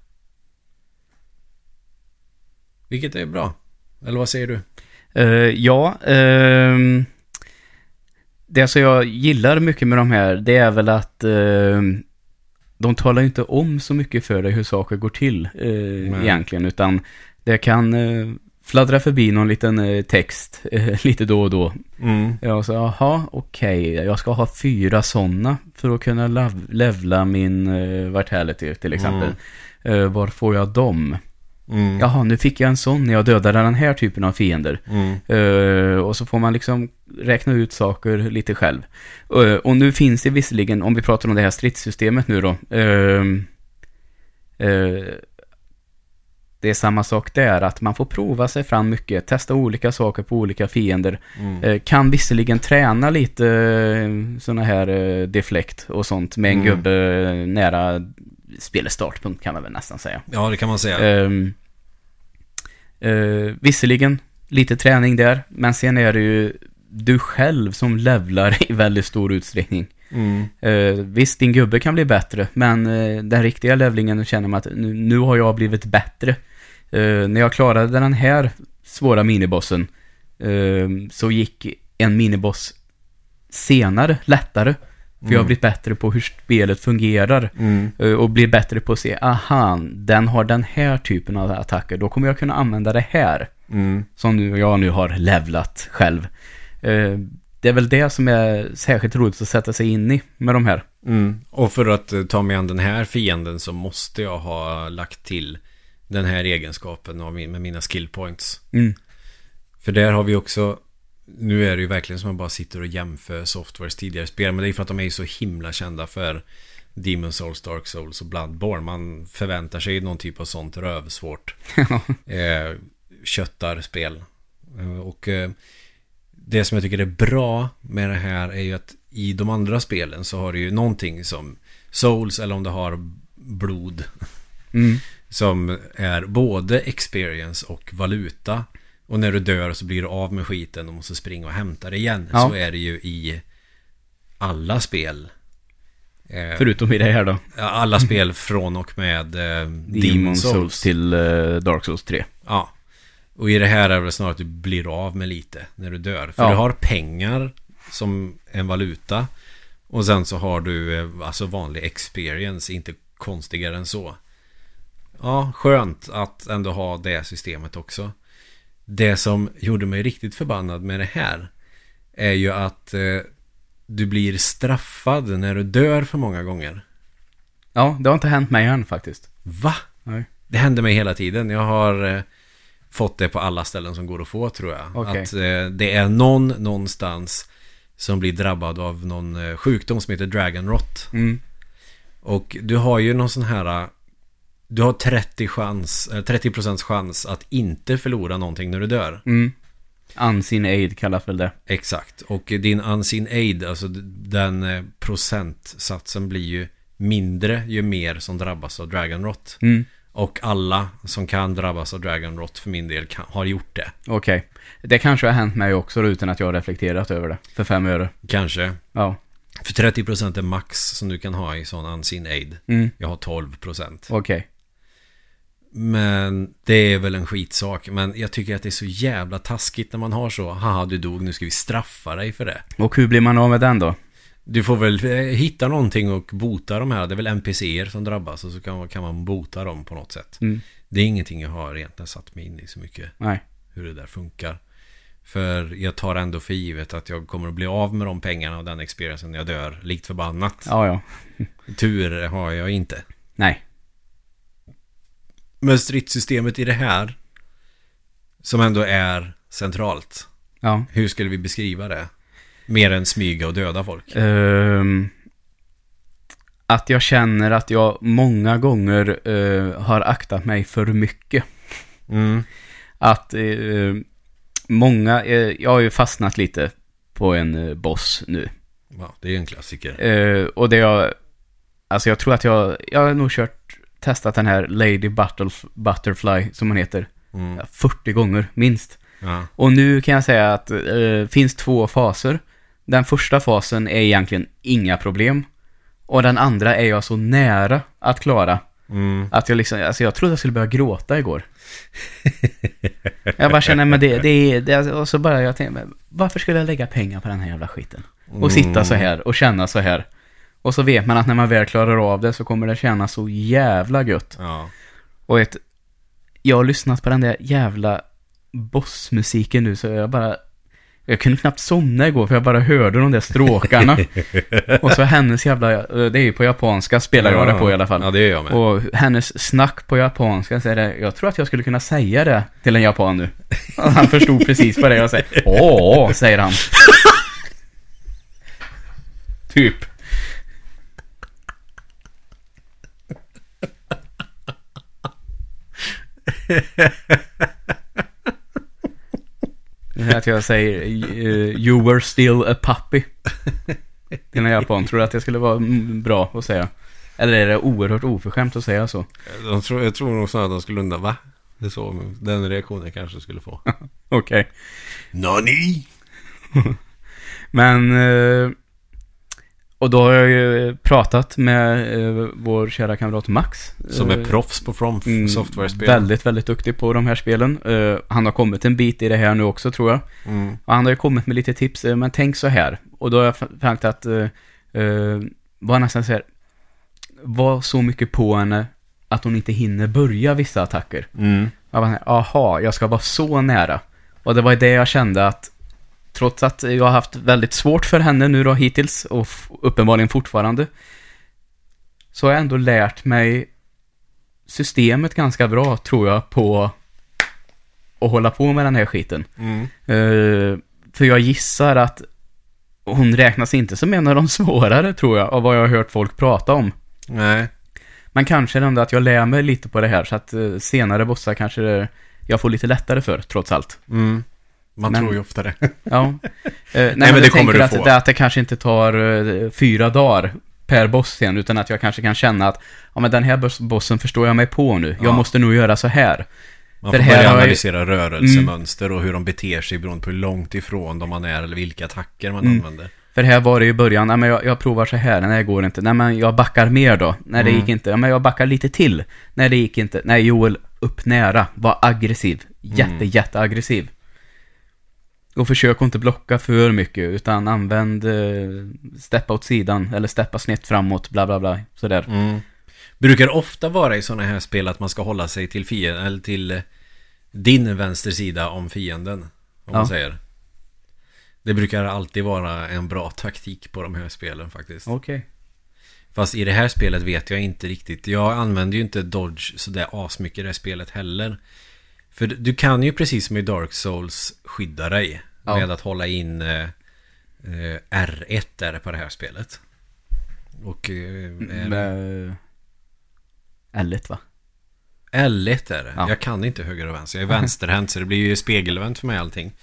Vilket är bra. Eller vad säger du? Uh, ja, uh, det som jag gillar mycket med de här, det är väl att uh, de talar inte om så mycket för dig hur saker går till uh, egentligen, utan det kan uh, fladdra förbi någon liten uh, text uh, lite då och då. Mm. Ja, så jaha, okej, okay, jag ska ha fyra sådana för att kunna lav- levla min uh, Vitality till exempel. Mm. Uh, var får jag dem? Mm. Jaha, nu fick jag en sån när jag dödade den här typen av fiender. Mm. Uh, och så får man liksom räkna ut saker lite själv. Uh, och nu finns det visserligen, om vi pratar om det här stridssystemet nu då. Uh, uh, det är samma sak där, att man får prova sig fram mycket, testa olika saker på olika fiender. Mm. Uh, kan visserligen träna lite uh, såna här uh, deflect och sånt med en mm. gubbe uh, nära spelets startpunkt kan man väl nästan säga. Ja, det kan man säga. Um, uh, visserligen lite träning där, men sen är det ju du själv som levlar i väldigt stor utsträckning. Mm. Uh, visst, din gubbe kan bli bättre, men uh, den riktiga levlingen känner man att nu, nu har jag blivit bättre. Uh, när jag klarade den här svåra minibossen uh, så gick en miniboss senare, lättare. För mm. jag har blivit bättre på hur spelet fungerar. Mm. Och blir bättre på att se, aha, den har den här typen av attacker. Då kommer jag kunna använda det här. Mm. Som nu, jag nu har levlat själv. Det är väl det som är särskilt roligt att sätta sig in i med de här. Mm. Och för att ta mig an den här fienden så måste jag ha lagt till den här egenskapen av min, med mina skill points. Mm. För där har vi också... Nu är det ju verkligen som man bara sitter och jämför Softwares tidigare spel. Men det är för att de är så himla kända för Demon's Souls, Dark Souls och Bloodborne. Man förväntar sig någon typ av sånt rövsvårt eh, köttarspel. Och eh, det som jag tycker är bra med det här är ju att i de andra spelen så har du ju någonting som Souls, eller om det har blod mm. som är både experience och valuta. Och när du dör så blir du av med skiten och måste springa och hämta det igen. Ja. Så är det ju i alla spel. Förutom i det här då. Alla spel från och med eh, Demon's Souls. Souls till eh, Dark Souls tre. Ja. Och i det här är det väl snarare att du blir av med lite när du dör. För ja. Du har pengar som en valuta. Och sen så har du eh, alltså vanlig experience, inte konstigare än så. Ja, skönt att ändå ha det systemet också. Det som gjorde mig riktigt förbannad med det här är ju att eh, du blir straffad när du dör för många gånger. Ja, det har inte hänt mig än faktiskt. Va? Nej. Det händer mig hela tiden. Jag har eh, fått det på alla ställen som går att få, tror jag. Okay. Att eh, det är någon någonstans som blir drabbad av någon eh, sjukdom som heter Dragon Rot. Mm. Och du har ju någon sån här... Du har trettio chans, eh, trettio procent chans att inte förlora någonting när du dör. Mm. Unseen aid kallas väl det. Exakt. Och din unseen aid, alltså den eh, procentsatsen blir ju mindre ju mer som drabbas av Dragon Rot. Mm. Och alla som kan drabbas av Dragon Rot för min del kan, har gjort det. Okej. Okay. Det kanske har hänt mig också utan att jag har reflekterat över det. För fem öre. Kanske. Ja. För trettio procent är max som du kan ha i sån unseen aid. Mm. Jag har tolv procent. Okej. Okay. Men det är väl en skitsak. Men jag tycker att det är så jävla taskigt när man har så. Haha, du dog, nu ska vi straffa dig för det. Och hur blir man av med den då? Du får väl hitta någonting och bota de här. Det är väl N P C-er som drabbas. Och så kan, kan man bota dem på något sätt. Mm. Det är ingenting jag har egentligen satt mig in i så mycket. Nej. Hur det där funkar. För jag tar ändå för givet att jag kommer att bli av med de pengarna och den experiencen när jag dör. Likt förbannat. Ja, ja. Tur har jag inte. Nej. Men stridssystemet i det här, som ändå är centralt. Ja. Hur skulle vi beskriva det? Mer än smyga och döda folk. Um, att jag känner att jag många gånger uh, har aktat mig för mycket. Mm. Att uh, många, uh, jag har ju fastnat lite på en uh, boss nu. Ja, det är en klassiker. Uh, och det jag, alltså jag tror att jag, jag har nog kört testat den här Lady Butterf- Butterfly som hon heter mm. fyrtio gånger minst. Ja. Och nu kan jag säga att det eh, finns två faser. Den första fasen är egentligen inga problem. Och den andra är jag så nära att klara. Mm. Att jag liksom, alltså jag trodde jag skulle börja gråta igår. Jag bara känner, men det, det, det och så bara jag tänkte, varför skulle jag lägga pengar på den här jävla skiten? Och sitta så här och känna så här. Och så vet man att när man väl klarar av det så kommer det kännas så jävla gött. Ja. Och ett, jag har lyssnat på den där jävla bossmusiken nu så jag bara, jag kunde knappt somna igår för jag bara hörde de där stråkarna. Och så hennes jävla, det är ju på japanska spelar jag det på i alla fall. Ja, det är jag med. Och hennes snack på japanska så är det, jag tror att jag skulle kunna säga det till en japan nu. Och han förstod precis vad det är jag säger. Åh, säger han. Typ. Att jag säger you were still a puppy till en japan. Tror du att det skulle vara bra att säga? Eller är det oerhört oförskämt att säga så? Jag tror, jag tror nog så att de skulle undra, va? Det är så, den reaktionen kanske skulle få. Okej. Okay. Nani? Men och då har jag ju pratat med eh, vår kära kamrat Max. Som är proffs på From mm, Software-spel. Väldigt, väldigt duktig på de här spelen. Uh, han har kommit en bit i det här nu också, tror jag. Mm. Och han har ju kommit med lite tips. Uh, men tänk så här. Och då har jag tänkt att uh, uh, var nästan så här, var så mycket på henne att hon inte hinner börja vissa attacker. Mm. Jag bara, aha, jag ska vara så nära. Och det var det jag kände att trots att jag har haft väldigt svårt för henne nu då hittills och f- uppenbarligen fortfarande så har jag ändå lärt mig systemet ganska bra, tror jag, på att hålla på med den här skiten. Mm. Uh, för jag gissar att hon räknas inte som en av de svårare, tror jag, av vad jag har hört folk prata om. Nej. Men kanske ändå att jag lär mig lite på det här så att uh, senare bossar kanske jag får lite lättare för, trots allt. Mm. Man men, tror ju ofta det. Ja. Uh, nej, nej, men, men det kommer du att få. Det, att det kanske inte tar uh, fyra dagar per boss sen, utan att jag kanske kan känna att ja, men den här bossen förstår jag mig på nu. Jag ja. måste nog göra så här. Man får För börja här analysera jag... rörelsemönster mm. och hur de beter sig beroende på hur långt ifrån de man är eller vilka attacker man mm. använder. För här var det i början, nej men jag, jag provar så här, nej det går inte. Nej men jag backar mer då, nej det mm. gick inte. Ja, men jag backar lite till, nej det gick inte. Nej Joel, upp nära, var aggressiv. Jätte, mm. jätte aggressiv. Och försök inte blocka för mycket, utan använd eh, steppa åt sidan eller steppa snett framåt, bla bla bla, sådär. Mm. Brukar ofta vara i sådana här spel att man ska hålla sig till fienden eller till din vänstersida om fienden, om ja. man säger. Det brukar alltid vara en bra taktik på de här spelen faktiskt. Okej. Okay. Fast i det här spelet vet jag inte riktigt. Jag använder ju inte dodge så där asmycket i det här spelet heller. För du kan ju precis som i Dark Souls skydda dig ja. med att hålla in eh, R ett där på det här spelet. Och eh, är... L ett va? L ett är det. Ja. Jag kan inte höger och vänster. Jag är vänsterhänt så det blir ju spegelvänt för mig allting.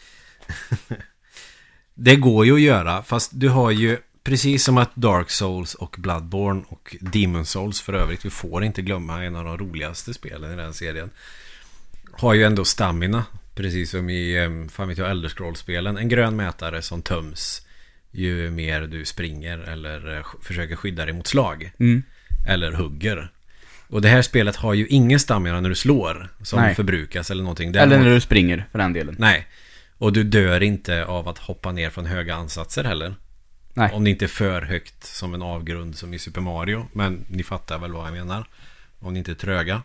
Det går ju att göra fast du har ju precis som att Dark Souls och Bloodborne och Demon Souls för övrigt, vi får inte glömma en av de roligaste spelen i den serien, har ju ändå stamina precis som i um, fan vet jag, Elder Scrolls-spelen. En grön mätare som töms ju mer du springer eller uh, försöker skydda dig mot slag mm. eller hugger. Och det här spelet har ju ingen stamina när du slår som Nej. förbrukas eller någonting. Däremot... Eller när du springer för den delen. Nej. Och du dör inte av att hoppa ner från höga ansatser heller. Nej. Om det inte är för högt som en avgrund som i Super Mario. Men ni fattar väl vad jag menar. Om ni inte är tröga.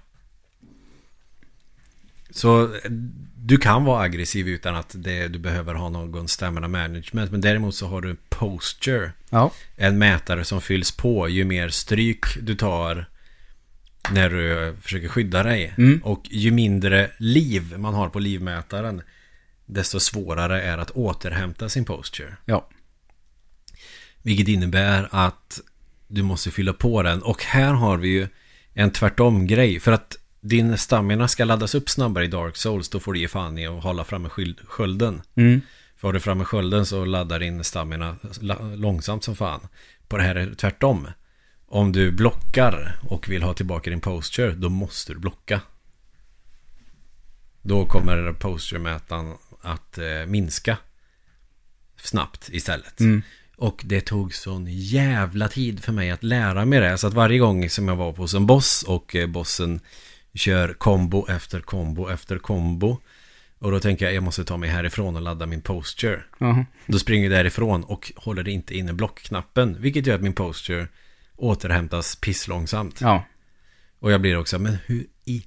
Så du kan vara aggressiv utan att det, du behöver ha någon stamina management. Men däremot så har du posture. Ja. En mätare som fylls på ju mer stryk du tar när du försöker skydda dig. Mm. Och ju mindre liv man har på livmätaren, desto svårare är att återhämta sin posture. Ja. Vilket innebär att du måste fylla på den. Och här har vi ju en tvärtom grej. För att din stamina ska laddas upp snabbare i Dark Souls, då får du ge fan i att hålla framme skölden. Mm. För har du framme skölden så laddar din stamina långsamt som fan. På det här är det tvärtom. Om du blockar och vill ha tillbaka din posture, då måste du blocka. Då kommer posture-mätaren att eh, minska snabbt istället. Mm. Och det tog sån jävla tid för mig att lära mig det. Så att varje gång som jag var hos en boss och eh, bossen kör kombo efter kombo efter kombo, och då tänker jag jag måste ta mig härifrån och ladda min posture. Uh-huh. Då springer jag därifrån och håller inte inne blockknappen, vilket gör att min posture återhämtas pisslångsamt. Ja. Och jag blir också, men hur i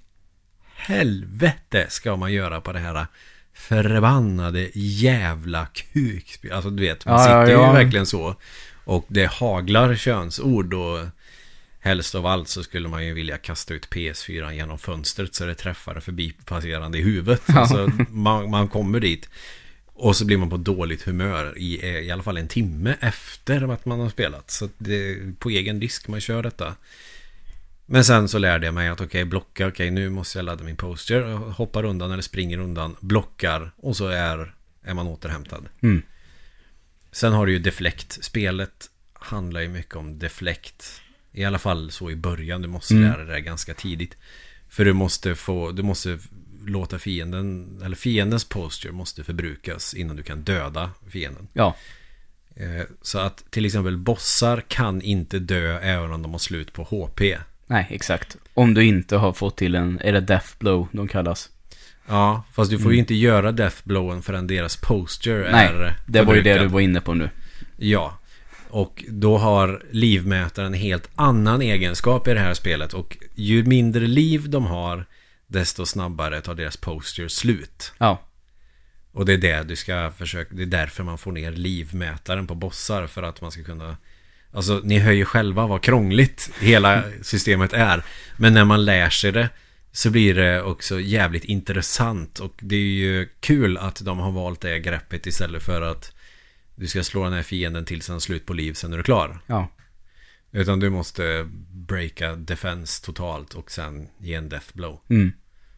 helvete ska man göra på det här förbannade jävla kukspel? Alltså du vet, man ja, sitter ja, ja. ju verkligen så. Och det haglar könsord, och helst av allt så skulle man ju vilja kasta ut P S fyra genom fönstret så det träffar förbipasserande i huvudet. Ja. Alltså, man, man kommer dit och så blir man på dåligt humör i, i alla fall en timme efter att man har spelat. Så det, på egen risk man kör detta. Men sen så lärde jag mig att okej, okay, blocka, okej okay, nu måste jag ladda min posture, hoppar undan eller springer undan, blockar, och så är, är man återhämtad. Mm. Sen har du ju deflect. Spelet handlar ju mycket om deflect. I alla fall så i början, du måste mm. lära dig det ganska tidigt. För du måste få, du måste låta fienden, eller fiendens posture måste förbrukas innan du kan döda fienden. Ja. Så att till exempel bossar kan inte dö även om de har slut på H P. Nej, exakt. Om du inte har fått till en, är det death blow de kallas? Ja, fast du får mm. ju inte göra death blowen förrän deras posture Nej, är det förbrukad. var ju det du var inne på nu. Ja, och då har livmätaren en helt annan egenskap i det här spelet. Och ju mindre liv de har, desto snabbare tar deras posture slut. Ja. Och det är det du ska försöka, det är därför man får ner livmätaren på bossar, för att man ska kunna, alltså ni hör ju själva vad krångligt hela systemet är, men när man lär sig det så blir det också jävligt intressant, och det är ju kul att de har valt det greppet istället för att du ska slå den här fienden tills han slut på liv, sen är du klar. Ja. Utan du måste breaka defense totalt och sen ge en death blow. Mm.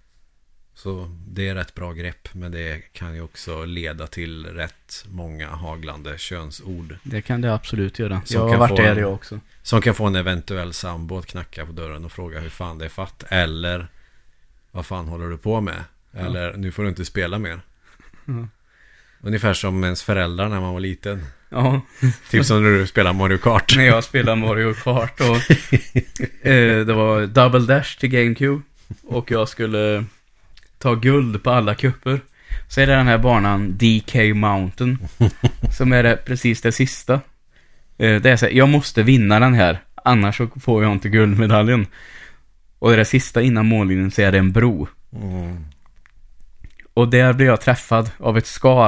Så det är rätt bra grepp, men det kan ju också leda till rätt många haglande könsord. Det kan det absolut göra. Som jag kan har varit få där en, jag också. Som kan få en eventuell sambo att knacka på dörren och fråga hur fan det är fatt. Eller vad fan håller du på med? Eller nu får du inte spela mer. Mm. Ungefär som ens föräldrar när man var liten. Ja. Typ som när du spelar Mario Kart. När jag spelar Mario Kart och eh, det var Double Dash till GameCube och jag skulle ta guld på alla kupper. Så är det den här banan D K Mountain som är det precis det sista. Eh, det är så här, jag måste vinna den här, annars så får jag inte guldmedaljen. Och det sista innan mållinjen så är det en bro. Mm. Och där blir jag träffad av ett skal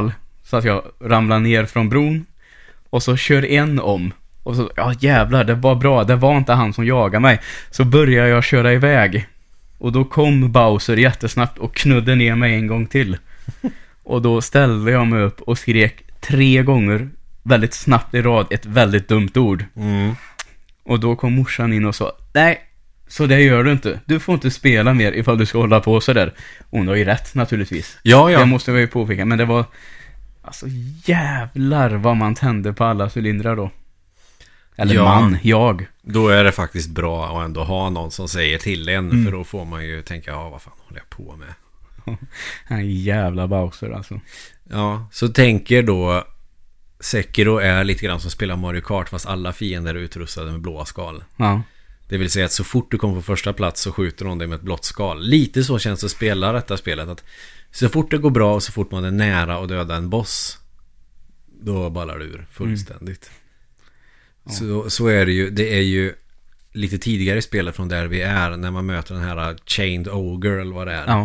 Så att jag ramlar ner från bron. Och så kör en om. Och så, ja jävlar, det var bra. Det var inte han som jagade mig. Så börjar jag köra iväg. Och då kom Bowser jättesnabbt och knudde ner mig en gång till. Och då ställde jag mig upp och skrek tre gånger väldigt snabbt i rad ett väldigt dumt ord. Mm. Och då kom morsan in och sa, nej, så det gör du inte. Du får inte spela mer ifall du ska hålla på så där. Hon har ju rätt naturligtvis. Ja, ja. Det måste jag ju påpeka. Men det var, alltså jävlar vad man tände på alla cylindrar då. Eller ja, man, jag. Då är det faktiskt bra att ändå ha någon som säger till en. Mm. För då får man ju tänka, ja vad fan håller jag på med? En jävla Bowser alltså. Ja, så tänker då Sekiro är lite grann som spelar Mario Kart fast alla fiender är utrustade med blåa skal. Ja. Det vill säga att så fort du kommer på första plats så skjuter de dig med ett blått skal. Lite så känns det att spela detta spelet. Att så fort det går bra och så fort man är nära att döda en boss, då ballar det ur fullständigt. Mm. Så, så är det ju. Det är ju lite tidigare i spelet från där vi är när man möter den här Chained Ogre eller vad det är. Ja.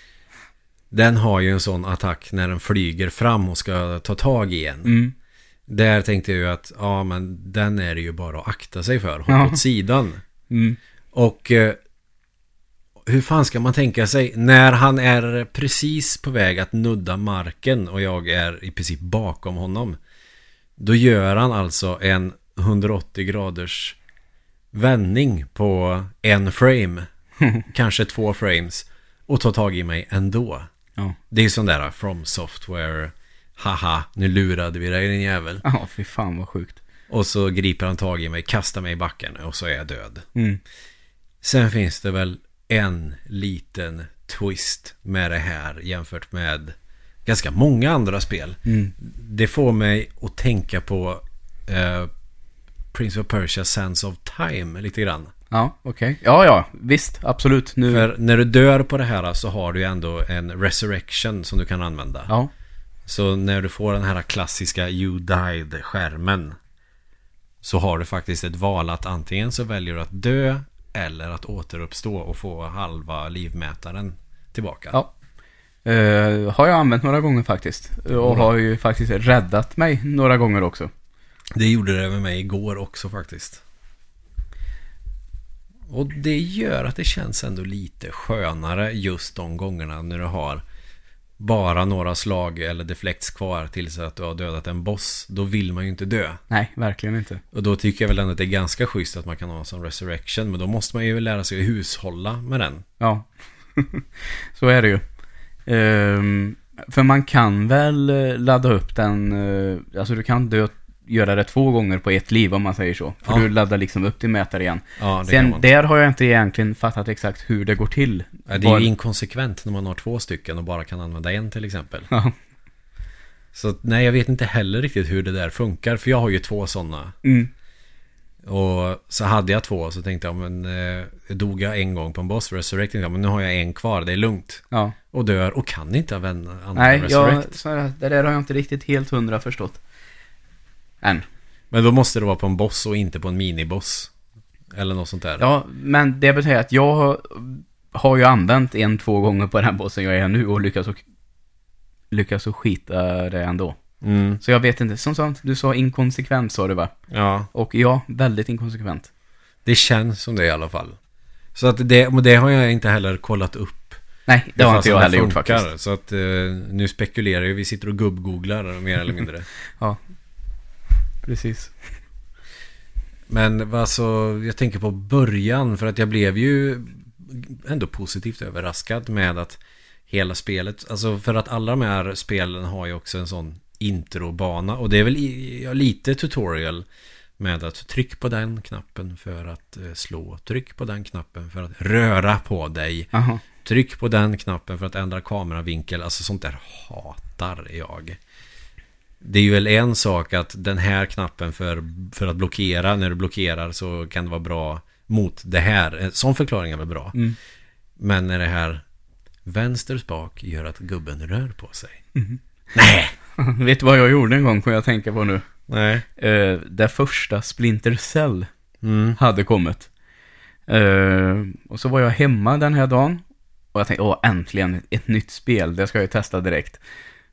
Den har ju en sån attack när den flyger fram och ska ta tag i en. Mm. Där tänkte jag ju att ja men den är det ju bara att akta sig för. Hoppa Ja. åt sidan. Mm. Och eh, hur fan ska man tänka sig när han är precis på väg att nudda marken och jag är i princip bakom honom. Då gör han alltså en hundraåttio graders vändning på en frame. Kanske två frames. Och tar tag i mig ändå. Ja. Det är sån där From Software. Haha, nu lurade vi dig din jävel. Ja, fy fan vad sjukt. Och så griper han tag i mig, kastar mig i backen och så är jag död. Mm. Sen finns det väl en liten twist med det här jämfört med ganska många andra spel. Mm. Det får mig att tänka på eh, Prince of Persia Sands of Time lite grann. Ja, okej. Okay. Ja, ja, visst, absolut. Nu... För när du dör på det här så har du ju ändå en resurrection som du kan använda. Ja. Så när du får den här klassiska You Died-skärmen så har du faktiskt ett val att antingen så väljer du att dö eller att återuppstå och få halva livmätaren tillbaka. Ja. Uh, har jag använt några gånger faktiskt. Och mm. har ju faktiskt räddat mig några gånger också. Det gjorde det med mig igår också faktiskt. Och det gör att det känns ändå lite skönare just de gångerna när du har bara några slag eller deflects kvar tills att du har dödat en boss. Då vill man ju inte dö. Nej, verkligen inte. Och då tycker jag väl ändå att det är ganska schysst att man kan ha en sån resurrection. Men då måste man ju lära sig att hushålla med den. Ja, så är det ju. Um, för man kan väl ladda upp den. Uh, alltså du kan dö, göra det två gånger på ett liv om man säger så. För ja. du laddar liksom upp till mätare igen. Ja, sen där har jag inte egentligen fattat exakt hur det går till. Ja, det är Var... ju inkonsekvent när man har två stycken och bara kan använda en till exempel. Ja. Så nej, jag vet inte heller riktigt hur det där funkar. För jag har ju två sådana. Mm. Och så hade jag två så tänkte jag, men eh, dog jag en gång på en boss resurrect, men nu har jag en kvar, det är lugnt. Ja. Och dör och kan inte använda Nej, resurrect. Jag, så det där har jag inte riktigt helt hundra förstått. Än. Men då måste det vara på en boss och inte på en miniboss. Eller något sånt där. Ja, men det betyder att jag har, har ju använt en, två gånger på den bossen jag är nu och lyckas och, lyckas och skita det ändå. Mm. Så jag vet inte, som sagt, du sa inkonsekvent sa du va? Ja. Och ja, väldigt inkonsekvent. Det känns som det i alla fall. Så att det, det har jag inte heller kollat upp. Nej, det, det har inte jag heller gjort faktiskt. Så att eh, nu spekulerar vi, vi sitter och gubb-googlar mer eller mindre. Ja, precis. Men alltså, jag tänker på början, för att jag blev ju ändå positivt överraskad med att hela spelet, alltså för att alla de här spelen har ju också en sån introbana, och det är väl i, ja, lite tutorial med att tryck på den knappen för att eh, slå, tryck på den knappen för att röra på dig. Aha. Tryck på den knappen för att ändra kameravinkel. Alltså sånt där hatar jag. Det är ju väl en sak att den här knappen för, för att blockera, när du blockerar så kan det vara bra mot det här. Sån förklaring är väl bra. Mm. Men när det här vänster spak gör att gubben rör på sig. Mm. Nej! Vet du vad jag gjorde en gång, får jag tänka på nu? Nej. Uh, det första Splinter Cell mm. hade kommit. Uh, och så var jag hemma den här dagen. Och jag tänkte, åh äntligen ett nytt spel, det ska jag testa direkt.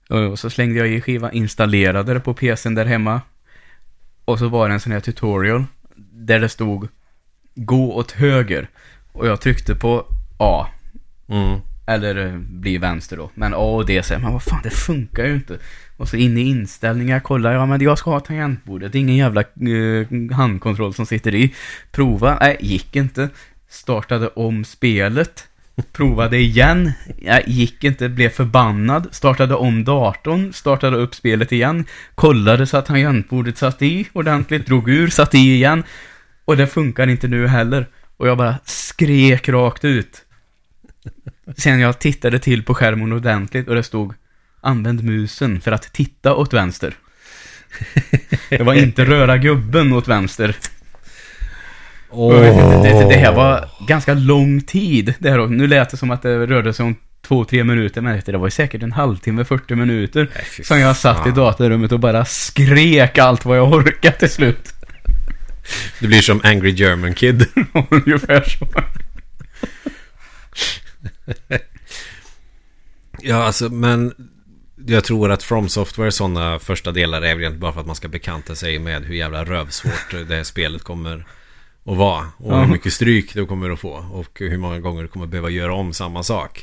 Och så slängde jag i skivan, installerade det på P C:n där hemma. Och så var det en sån här tutorial där det stod gå åt höger. Och jag tryckte på A. Mm. Eller bli vänster då. Men A och D säger, men vad fan, det funkar ju inte. Och så in i inställningar, kolla, ja men jag ska ha tangentbordet. Det är ingen jävla uh, handkontroll som sitter i. Prova, nej, gick inte. Startade om spelet. Provade igen. Nej, gick inte, blev förbannad. Startade om datorn. Startade upp spelet igen. Kollade så att tangentbordet satt i ordentligt. Drog ur, satt i igen. Och det funkar inte nu heller. Och jag bara skrek rakt ut. Sen jag tittade till på skärmen ordentligt och det stod använd musen för att titta åt vänster. Det var inte röra gubben åt vänster. Oh. Det, det, det här var ganska lång tid. Det här, nu lät det som att det rörde sig om två, tre minuter. Men det var ju säkert en halvtimme, fyrtio minuter. Nej, som jag satt i datorrummet och bara skrek allt vad jag orkade till slut. Det blir som Angry German Kid. Ungefär så. Ja, alltså, men jag tror att From Software sådana första delar är egentligen bara för att man ska bekanta sig med hur jävla rövsvårt det här spelet kommer att vara. Och uh-huh. hur mycket stryk du kommer att få. Och hur många gånger du kommer att behöva göra om samma sak.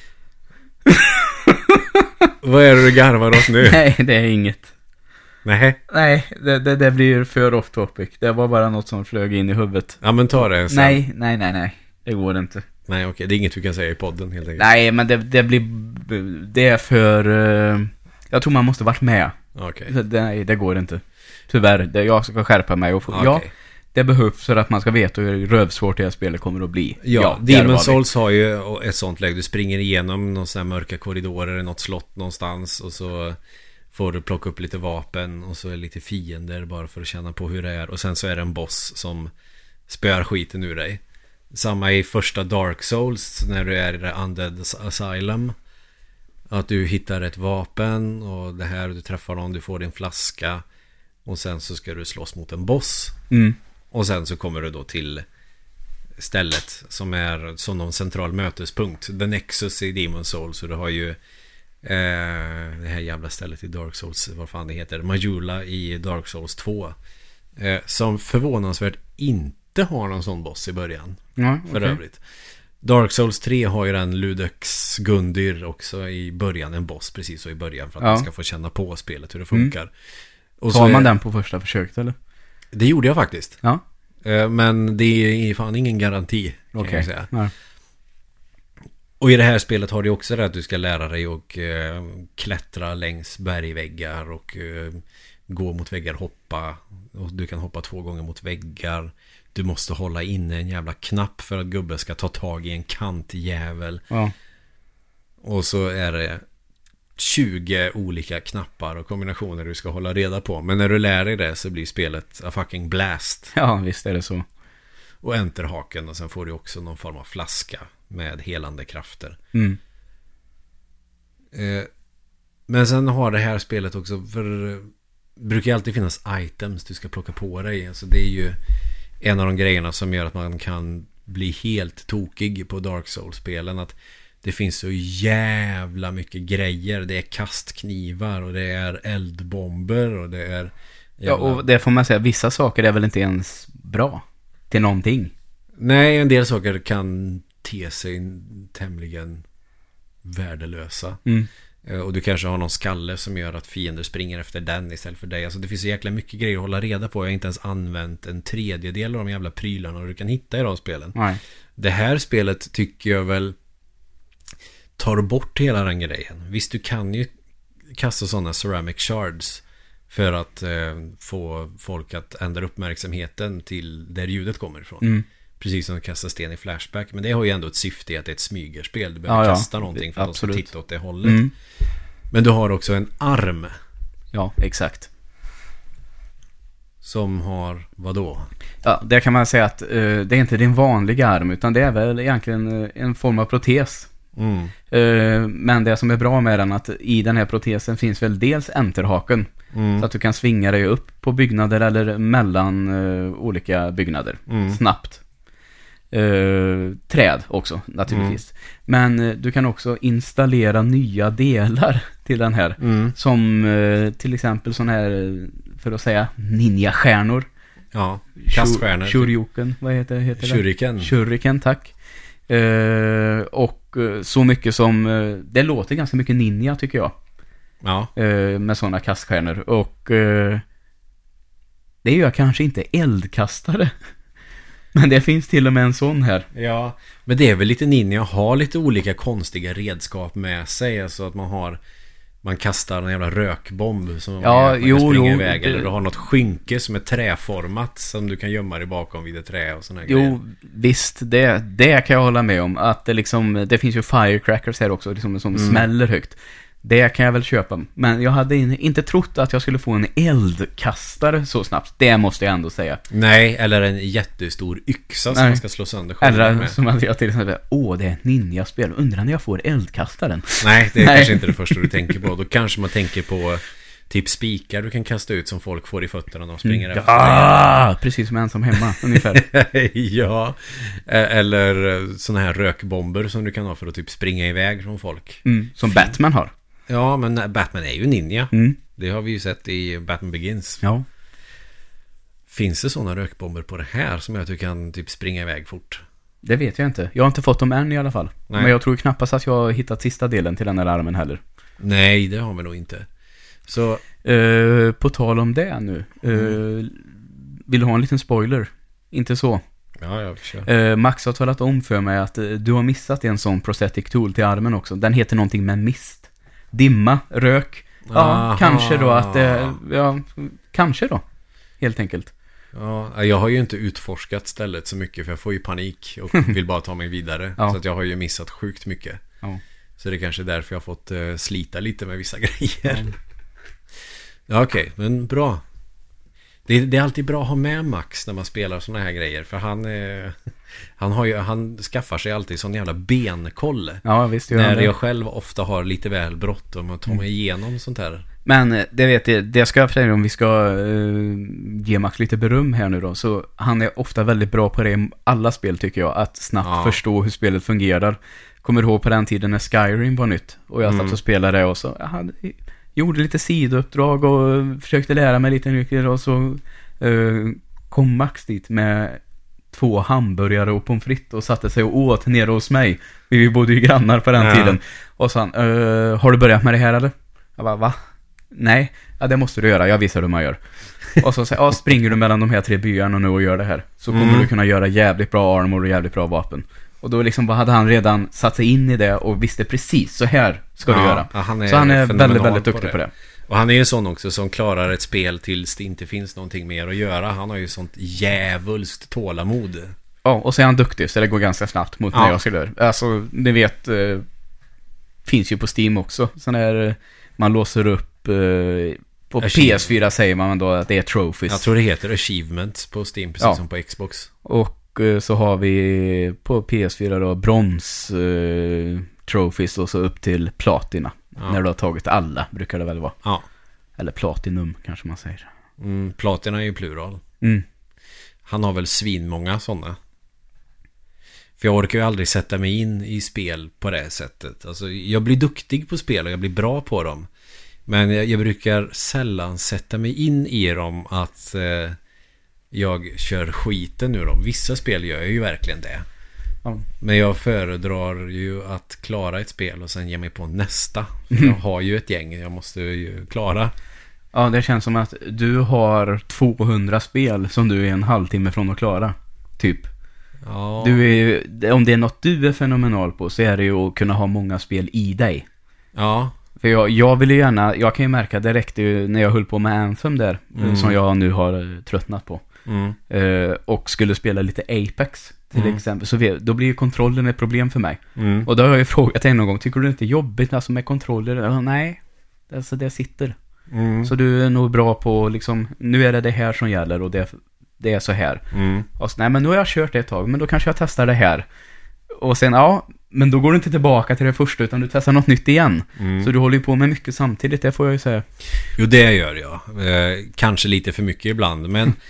Vad är det du garvar åt nu? Nej, det är inget. Nej, Nej det, det, det blir för off topic. Det var bara något som flög in i huvudet. Ja, men ta det sen. Nej, nej, nej, nej. Det går inte. Nej, okej. Det är inget du kan säga i podden helt enkelt. Nej, men det, det blir... Det är för... Uh, jag tror man måste varit med. Okej. Det, nej, det går inte. Tyvärr. Det, jag ska skärpa mig. Och få, okay. Ja, det behövs för att man ska veta hur rövsvårt det här spelet kommer att bli. Ja, ja Demon's Souls har ju ett sånt läge. Du springer igenom någon sån här mörka korridorer, något slott någonstans, och så får du plocka upp lite vapen och så är lite fiender bara för att känna på hur det är. Och sen så är det en boss som spöar skiten ur dig. Samma i första Dark Souls när du är i det Undead Asylum. Att du hittar ett vapen och det här, du träffar någon, du får din flaska och sen så ska du slåss mot en boss. Mm. Och sen så kommer du då till stället som är som någon central mötespunkt. The Nexus i Demon's Souls. Så du har ju eh, det här jävla stället i Dark Souls, vad fan det heter, Majula i Dark Souls två. Eh, som förvånansvärt inte har någon sån boss i början. Ja, för okay. övrigt. Dark Souls tre har ju den Ludex Gundyr också i början, en boss precis så i början för att ja. man ska få känna på spelet, hur det funkar. Mm. Och tar man är... den på första försöket eller? Det gjorde jag faktiskt. Ja. Men det är fan ingen garanti, kan okay. jag säga. Ja. Och i det här spelet har du också det att du ska lära dig att uh, klättra längs bergväggar och uh, gå mot väggar, hoppa. Och du kan hoppa två gånger mot väggar. Du måste hålla inne en jävla knapp för att gubben ska ta tag i en kantjävel. Ja. Och så är det tjugo olika knappar och kombinationer du ska hålla reda på. Men när du lär dig det så blir spelet a fucking blast. Ja, visst är det så. Och enterhaken, och sen får du också någon form av flaska med helande krafter. Mm. Eh, men sen har det här spelet också, för det brukar alltid finnas items du ska plocka på dig. Alltså det är ju en av de grejerna som gör att man kan bli helt tokig på Dark Souls-spelen, att det finns så jävla mycket grejer. Det är kastknivar och det är eldbomber och det är... Jävla... Ja, och det får man säga, vissa saker är väl inte ens bra till någonting. Nej, en del saker kan te sig tämligen värdelösa. Mm. Och du kanske har någon skalle som gör att fiender springer efter den istället för dig. Alltså det finns så jäkla mycket grejer att hålla reda på. Jag har inte ens använt en tredjedel av de jävla prylarna du kan hitta i de spelen. Nej. Det här spelet tycker jag väl tar bort hela den grejen. Visst, du kan ju kasta sådana ceramic shards för att eh, få folk att ändra uppmärksamheten till där ljudet kommer ifrån. Mm. Precis som att kasta sten i Flashback. Men det har ju ändå ett syfte att det är ett smygerspel. Du behöver ja, kasta ja. någonting för att Absolut. de ska titta åt det hållet. Mm. Men du har också en arm. Ja, exakt. Som har, vadå? Ja, det kan man säga att uh, det är inte din vanliga arm, utan det är väl egentligen uh, en form av protes. Mm. Uh, men det som är bra med den att i den här protesen finns väl dels enterhaken. Mm. Så att du kan svinga dig upp på byggnader eller mellan uh, olika byggnader. Mm. Snabbt. Uh, träd också naturligtvis. Mm. Men uh, du kan också installera nya delar till den här. Mm. Som uh, till exempel sån här, för att säga, ninja-stjärnor. Ja, kaststjärnor. Shoryuken, vad heter, heter det? Shuriken. Shuriken, tack. Uh, och uh, så mycket som, uh, det låter ganska mycket ninja tycker jag. Ja. Uh, med sådana kaststjärnor. Och uh, det gör kanske inte eldkastare. Men det finns till och med en sån här. Ja, men det är väl lite ninja att ha lite olika konstiga redskap med sig. Alltså att man har, man kastar en jävla rökbomb som ja, man kan jo, springa jo, iväg. det... Eller du har något skynke som är träformat som du kan gömma dig bakom vid ett trä och såna här jo, grejer. visst, det, det kan jag hålla med om. Att det, liksom, det finns ju firecrackers här också liksom, som mm. smäller högt. Det kan jag väl köpa. Men jag hade in, inte trott att jag skulle få en eldkastare så snabbt. Det måste jag ändå säga. Nej, eller en jättestor yxa Nej. som man ska slå sönder själv eller med. Som att jag till exempel, åh, det är ett ninja-spel. Undrar när jag får eldkastaren. Nej, det är Nej. kanske inte det första du tänker på. Då kanske man tänker på typ spikar du kan kasta ut som folk får i fötterna när de springer mm. efter. Ja, precis som ensam hemma, ungefär. Ja, eller såna här rökbomber som du kan ha för att typ springa iväg från folk. Mm. Som fin. Batman har. Ja, men Batman är ju ninja. Mm. Det har vi ju sett i Batman Begins. Ja. Finns det såna rökbomber på det här som jag tycker kan typ springa iväg fort? Det vet jag inte. Jag har inte fått dem än i alla fall. Nej. Men jag tror knappast att jag har hittat sista delen till den här armen heller. Nej, det har vi nog inte. Så uh, på tal om det nu. Uh, mm. Vill du ha en liten spoiler? Inte så. Ja, jag kör. Uh, Max har talat om för mig att uh, du har missat en sån prosthetic tool till armen också. Den heter någonting med mist. Dimma, rök. Ja, Aha. kanske då att uh, ja, kanske då. Helt enkelt. Ja, jag har ju inte utforskat stället så mycket för jag får ju panik och vill bara ta mig vidare. Ja. Så att jag har ju missat sjukt mycket. Ja. Så det är kanske därför jag har fått uh, slita lite med vissa grejer. Ja. Ja, okej, okay, men bra. Det, det är alltid bra att ha med Max när man spelar såna här grejer. För han eh, han, har ju, han skaffar sig alltid sån jävla benkoll. Ja, visst gör när det. Jag själv ofta har lite väl bråttom att ta mig mm. igenom sånt här. Men det vet jag, det ska jag säga om vi ska uh, ge Max lite beröm här nu då. Så han är ofta väldigt bra på det i alla spel tycker jag. Att snabbt ja. förstå hur spelet fungerar. Kommer du ihåg på den tiden när Skyrim var nytt. Och jag satt mm. och spelade och så... Jag hade, gjorde lite sidouppdrag och försökte lära mig lite nyckel och så uh, kom Max dit med två hamburgare och pommes frites och satte sig och åt nere hos mig. Vi bodde ju grannar på den ja. tiden. Och så han, uh, har du börjat med det här eller? Jag bara, va? Nej, ja, det måste du göra, jag visar hur man gör. Och så säger ja, springer du mellan de här tre byarna nu och gör det här så kommer mm. du kunna göra jävligt bra armor och jävligt bra vapen. Och då liksom hade han redan satt sig in i det och visste precis, så här ska ja, du göra. Ja, han så han är väldigt, väldigt duktig på det. på det. Och han är ju sån också som klarar ett spel tills det inte finns någonting mer att göra. Han har ju sånt jävulst tålamod. Ja, och så är han duktig så det går ganska snabbt mot ja. när jag skulle göra. Alltså, ni vet, eh, finns ju på Steam också. Så när man låser upp eh, på P S fyra säger man då att det är trophies. Jag tror det heter achievements på Steam, precis ja. som på Xbox. Och så har vi på P S fyra då brons eh, trophies och så upp till platina. Ja. När du har tagit alla, brukar det väl vara. Ja. Eller platinum kanske man säger. Mm, platina är ju plural. Mm. Han har väl svinmånga sådana. För jag orkar ju aldrig sätta mig in i spel på det sättet. Alltså, jag blir duktig på spel och jag blir bra på dem. Men jag, jag brukar sällan sätta mig in i dem att... Eh, jag kör skiten nu då. Vissa spel gör jag ju verkligen det. Ja. Men jag föredrar ju att klara ett spel och sen ge mig på nästa. Mm. Jag har ju ett gäng jag måste ju klara. Ja, det känns som att du har tvåhundra spel som du är en halvtimme från att klara. Typ. Ja. Du är, om det är något du är fenomenal på så är det ju att kunna ha många spel i dig. Ja. För jag, jag vill ju gärna, jag kan ju märka det räckte ju när jag höll på med Anthem där. Mm. Som jag nu har tröttnat på. Mm. Uh, och skulle spela lite Apex till mm. exempel, så vi, då blir ju kontrollen ett problem för mig. Mm. Och då har jag ju frågat en gång, tycker du inte det är jobbigt alltså med kontroller? Uh, nej, alltså det sitter. Mm. Så du är nog bra på liksom, nu är det det här som gäller och det, det är så här. Mm. Och så, nej men nu har jag kört det ett tag, men då kanske jag testar det här. Och sen, ja, men då går du inte tillbaka till det första utan du testar något nytt igen. Mm. Så du håller ju på med mycket samtidigt, det får jag ju säga. Jo, det gör jag. Eh, kanske lite för mycket ibland, men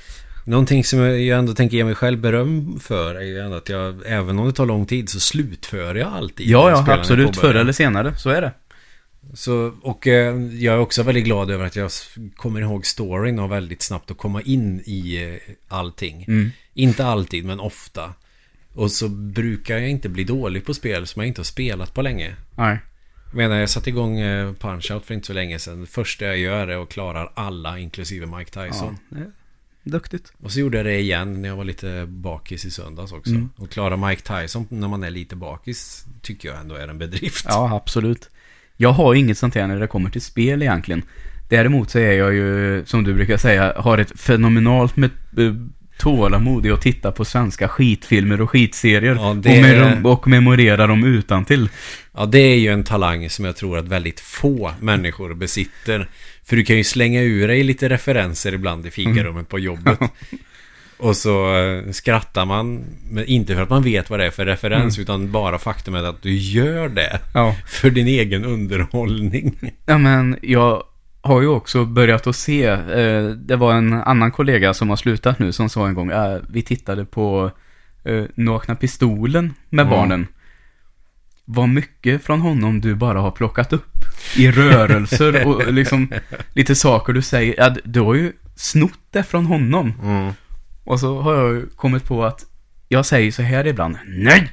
Någonting som jag ändå tänker ge mig själv beröm för är ju ändå att jag, även om det tar lång tid, så slutför jag alltid. Ja, ja, absolut. Förr eller senare, så är det. Så, och eh, jag är också väldigt glad över att jag kommer ihåg storyn och väldigt snabbt att komma in i eh, allting. Mm. Inte alltid, men ofta. Och så brukar jag inte bli dålig på spel som jag inte har spelat på länge. Nej. Jag menar, jag satte igång eh, Punch-Out för inte så länge sedan. Det första jag gör är att klara alla, inklusive Mike Tyson. Ja, duktigt. Och så gjorde jag det igen när jag var lite bakis i söndags också. Mm. Och klara Mike Tyson när man är lite bakis tycker jag ändå är en bedrift. Ja, absolut. Jag har inget sånt här när det kommer till spel egentligen. Däremot så är jag ju, som du brukar säga, har ett fenomenalt med tålamod i att titta på svenska skitfilmer och skitserier. Ja, det... och, med, och memorera dem utantill. Ja, det är ju en talang som jag tror att väldigt få människor besitter. För du kan ju slänga ur dig lite referenser ibland i fikarummet på jobbet. Och så skrattar man, men inte för att man vet vad det är för referens, mm. utan bara faktumet att du gör det ja. för din egen underhållning. Ja, men jag har ju också börjat att se, eh, det var en annan kollega som har slutat nu som sa en gång, eh, vi tittade på eh, Nakna pistolen med mm. barnen. Vad mycket från honom du bara har plockat upp i rörelser och liksom lite saker du säger. Ja, du har ju snott det från honom. Mm. Och så har jag ju kommit på att jag säger så här ibland. Nej!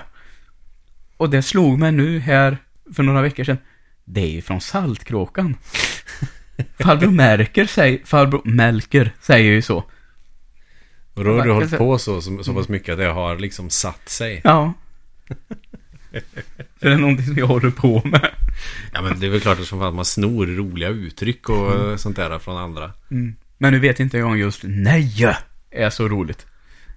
Och det slog mig nu här för några veckor sedan. Det är ju från Saltkråkan. Farbror Melker säger, farbror Melker säger ju så. Och då har du hållit på så, så, så pass mycket att det har liksom satt sig. Ja. Så det är någonting som jag håller på med. Ja, men det är väl klart att man snor roliga uttryck och mm. sånt där från andra. Mm. Men nu vet inte jag om just nej är så roligt.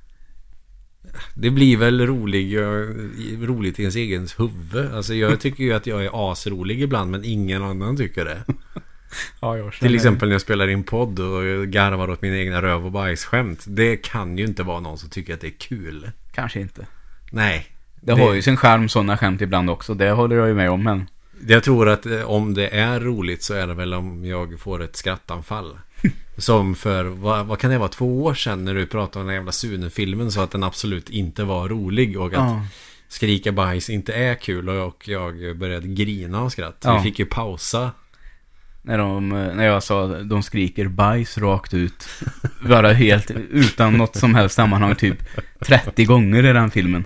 Det blir väl rolig, roligt i ens egen huvud. Alltså jag tycker ju att jag är asrolig ibland, men ingen annan tycker det. Ja, jag Till exempel när jag spelar in podd och garvar åt mina egna röv- och bajsskämt. Det kan ju inte vara någon som tycker att det är kul. Kanske inte. Nej. Det, det har ju sin charm sådana skämt ibland också. Det håller jag ju med om, men... Jag tror att om det är roligt så är det väl om jag får ett skrattanfall. Som för, vad, vad kan det vara, två år sedan när du pratade om den jävla Sune-filmen, så att den absolut inte var rolig och att ja. skrika bajs inte är kul, och jag började grina av skratt. Ja. Vi fick ju pausa. När, de, när jag sa de skriker bajs rakt ut. Bara helt utan något som helst sammanhang, typ trettio gånger i den filmen.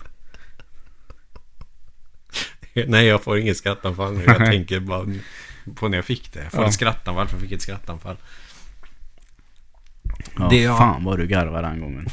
Nej, jag får inget skrattanfall nu. Jag tänker bara på när jag fick det. Jag får ja. ett skrattanfall för jag fick ett skrattanfall. Ja, det, ja. Fan vad du garvar den gången.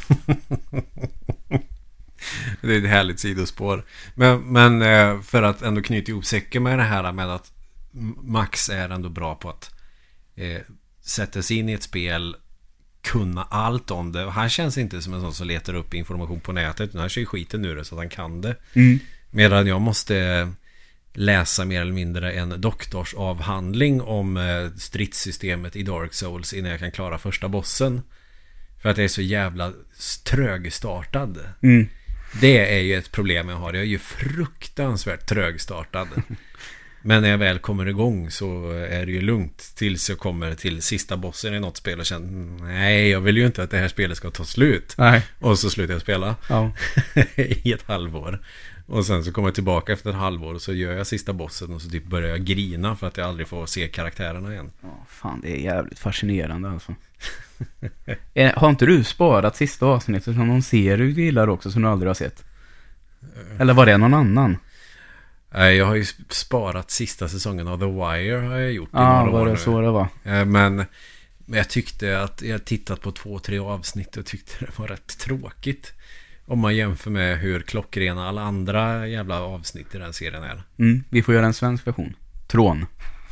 Det är ett härligt sidospår. Men, men för att ändå knyta ihop säcken med det här med att Max är ändå bra på att eh, sätta sig in i ett spel, kunna allt om det. Och han känns inte som en sån som letar upp information på nätet, utan han kör ju skiten ur det så att han kan det. Mm. Medan jag måste läsa mer eller mindre en doktorsavhandling om eh, stridssystemet i Dark Souls innan jag kan klara första bossen. För att jag är så jävla trögstartad. Mm. Det är ju ett problem jag har. Jag är ju fruktansvärt trögstartad. Men när jag väl kommer igång så är det ju lugnt tills jag kommer till sista bossen i något spel och känner, nej, jag vill ju inte att det här spelet ska ta slut. Nej. Och så slutar jag spela ja. i ett halvår. Och sen så kommer jag tillbaka efter ett halvår och så gör jag sista bossen och så typ börjar jag grina för att jag aldrig får se karaktärerna igen. Ja, fan, det är jävligt fascinerande alltså. Har inte du sparat sista avsnittet som någon serie du gillar också som du aldrig har sett? Eller var det någon annan? Nej, jag har ju sparat sista säsongen av The Wire har jag gjort i ah, några år det nu. Så det var. Men, men jag tyckte att jag tittat på två, tre avsnitt och tyckte det var rätt tråkigt. Om man jämför med hur klockrena alla andra jävla avsnitt i den serien är. Mm, vi får göra en svensk version. Trån.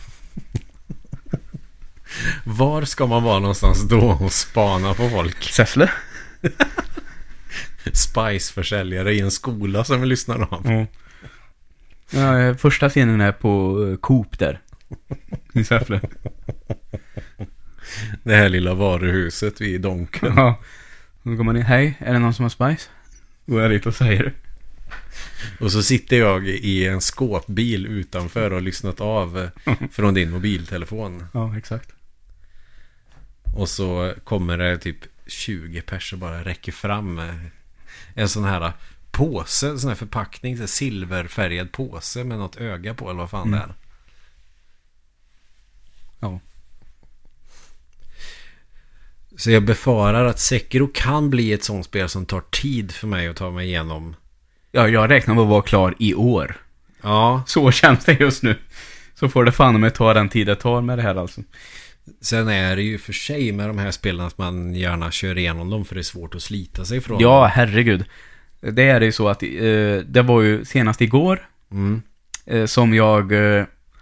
Var ska man vara någonstans då och spana på folk? Säffle. Spice-försäljare i en skola som vi lyssnar av. Mm. Ja, första scenen är på Coop där. I Säffle. Det här lilla varuhuset vid Donken. Ja. Då går man in. Hej, är det någon som har Spice? Går jag dit och säger det. Och så sitter jag i en skåpbil utanför och har lyssnat av från din mobiltelefon. Ja, exakt. Och så kommer det typ tjugo personer bara räcker fram en sån här påse, en sån här förpackning, en silverfärgad påse med något öga på, eller vad fan mm. det är. Ja. Så jag befarar att Sekiro kan bli ett sånt spel som tar tid för mig att ta mig igenom. Ja, jag räknar med att vara klar i år. Ja. Så känns det just nu. Så får det fan med ta den tid det tar med det här alltså. Sen är det ju för sig med de här spelen att man gärna kör igenom dem, för det är svårt att slita sig från. Ja, herregud. Det är ju så att eh, det var ju senast igår mm. eh, som jag eh,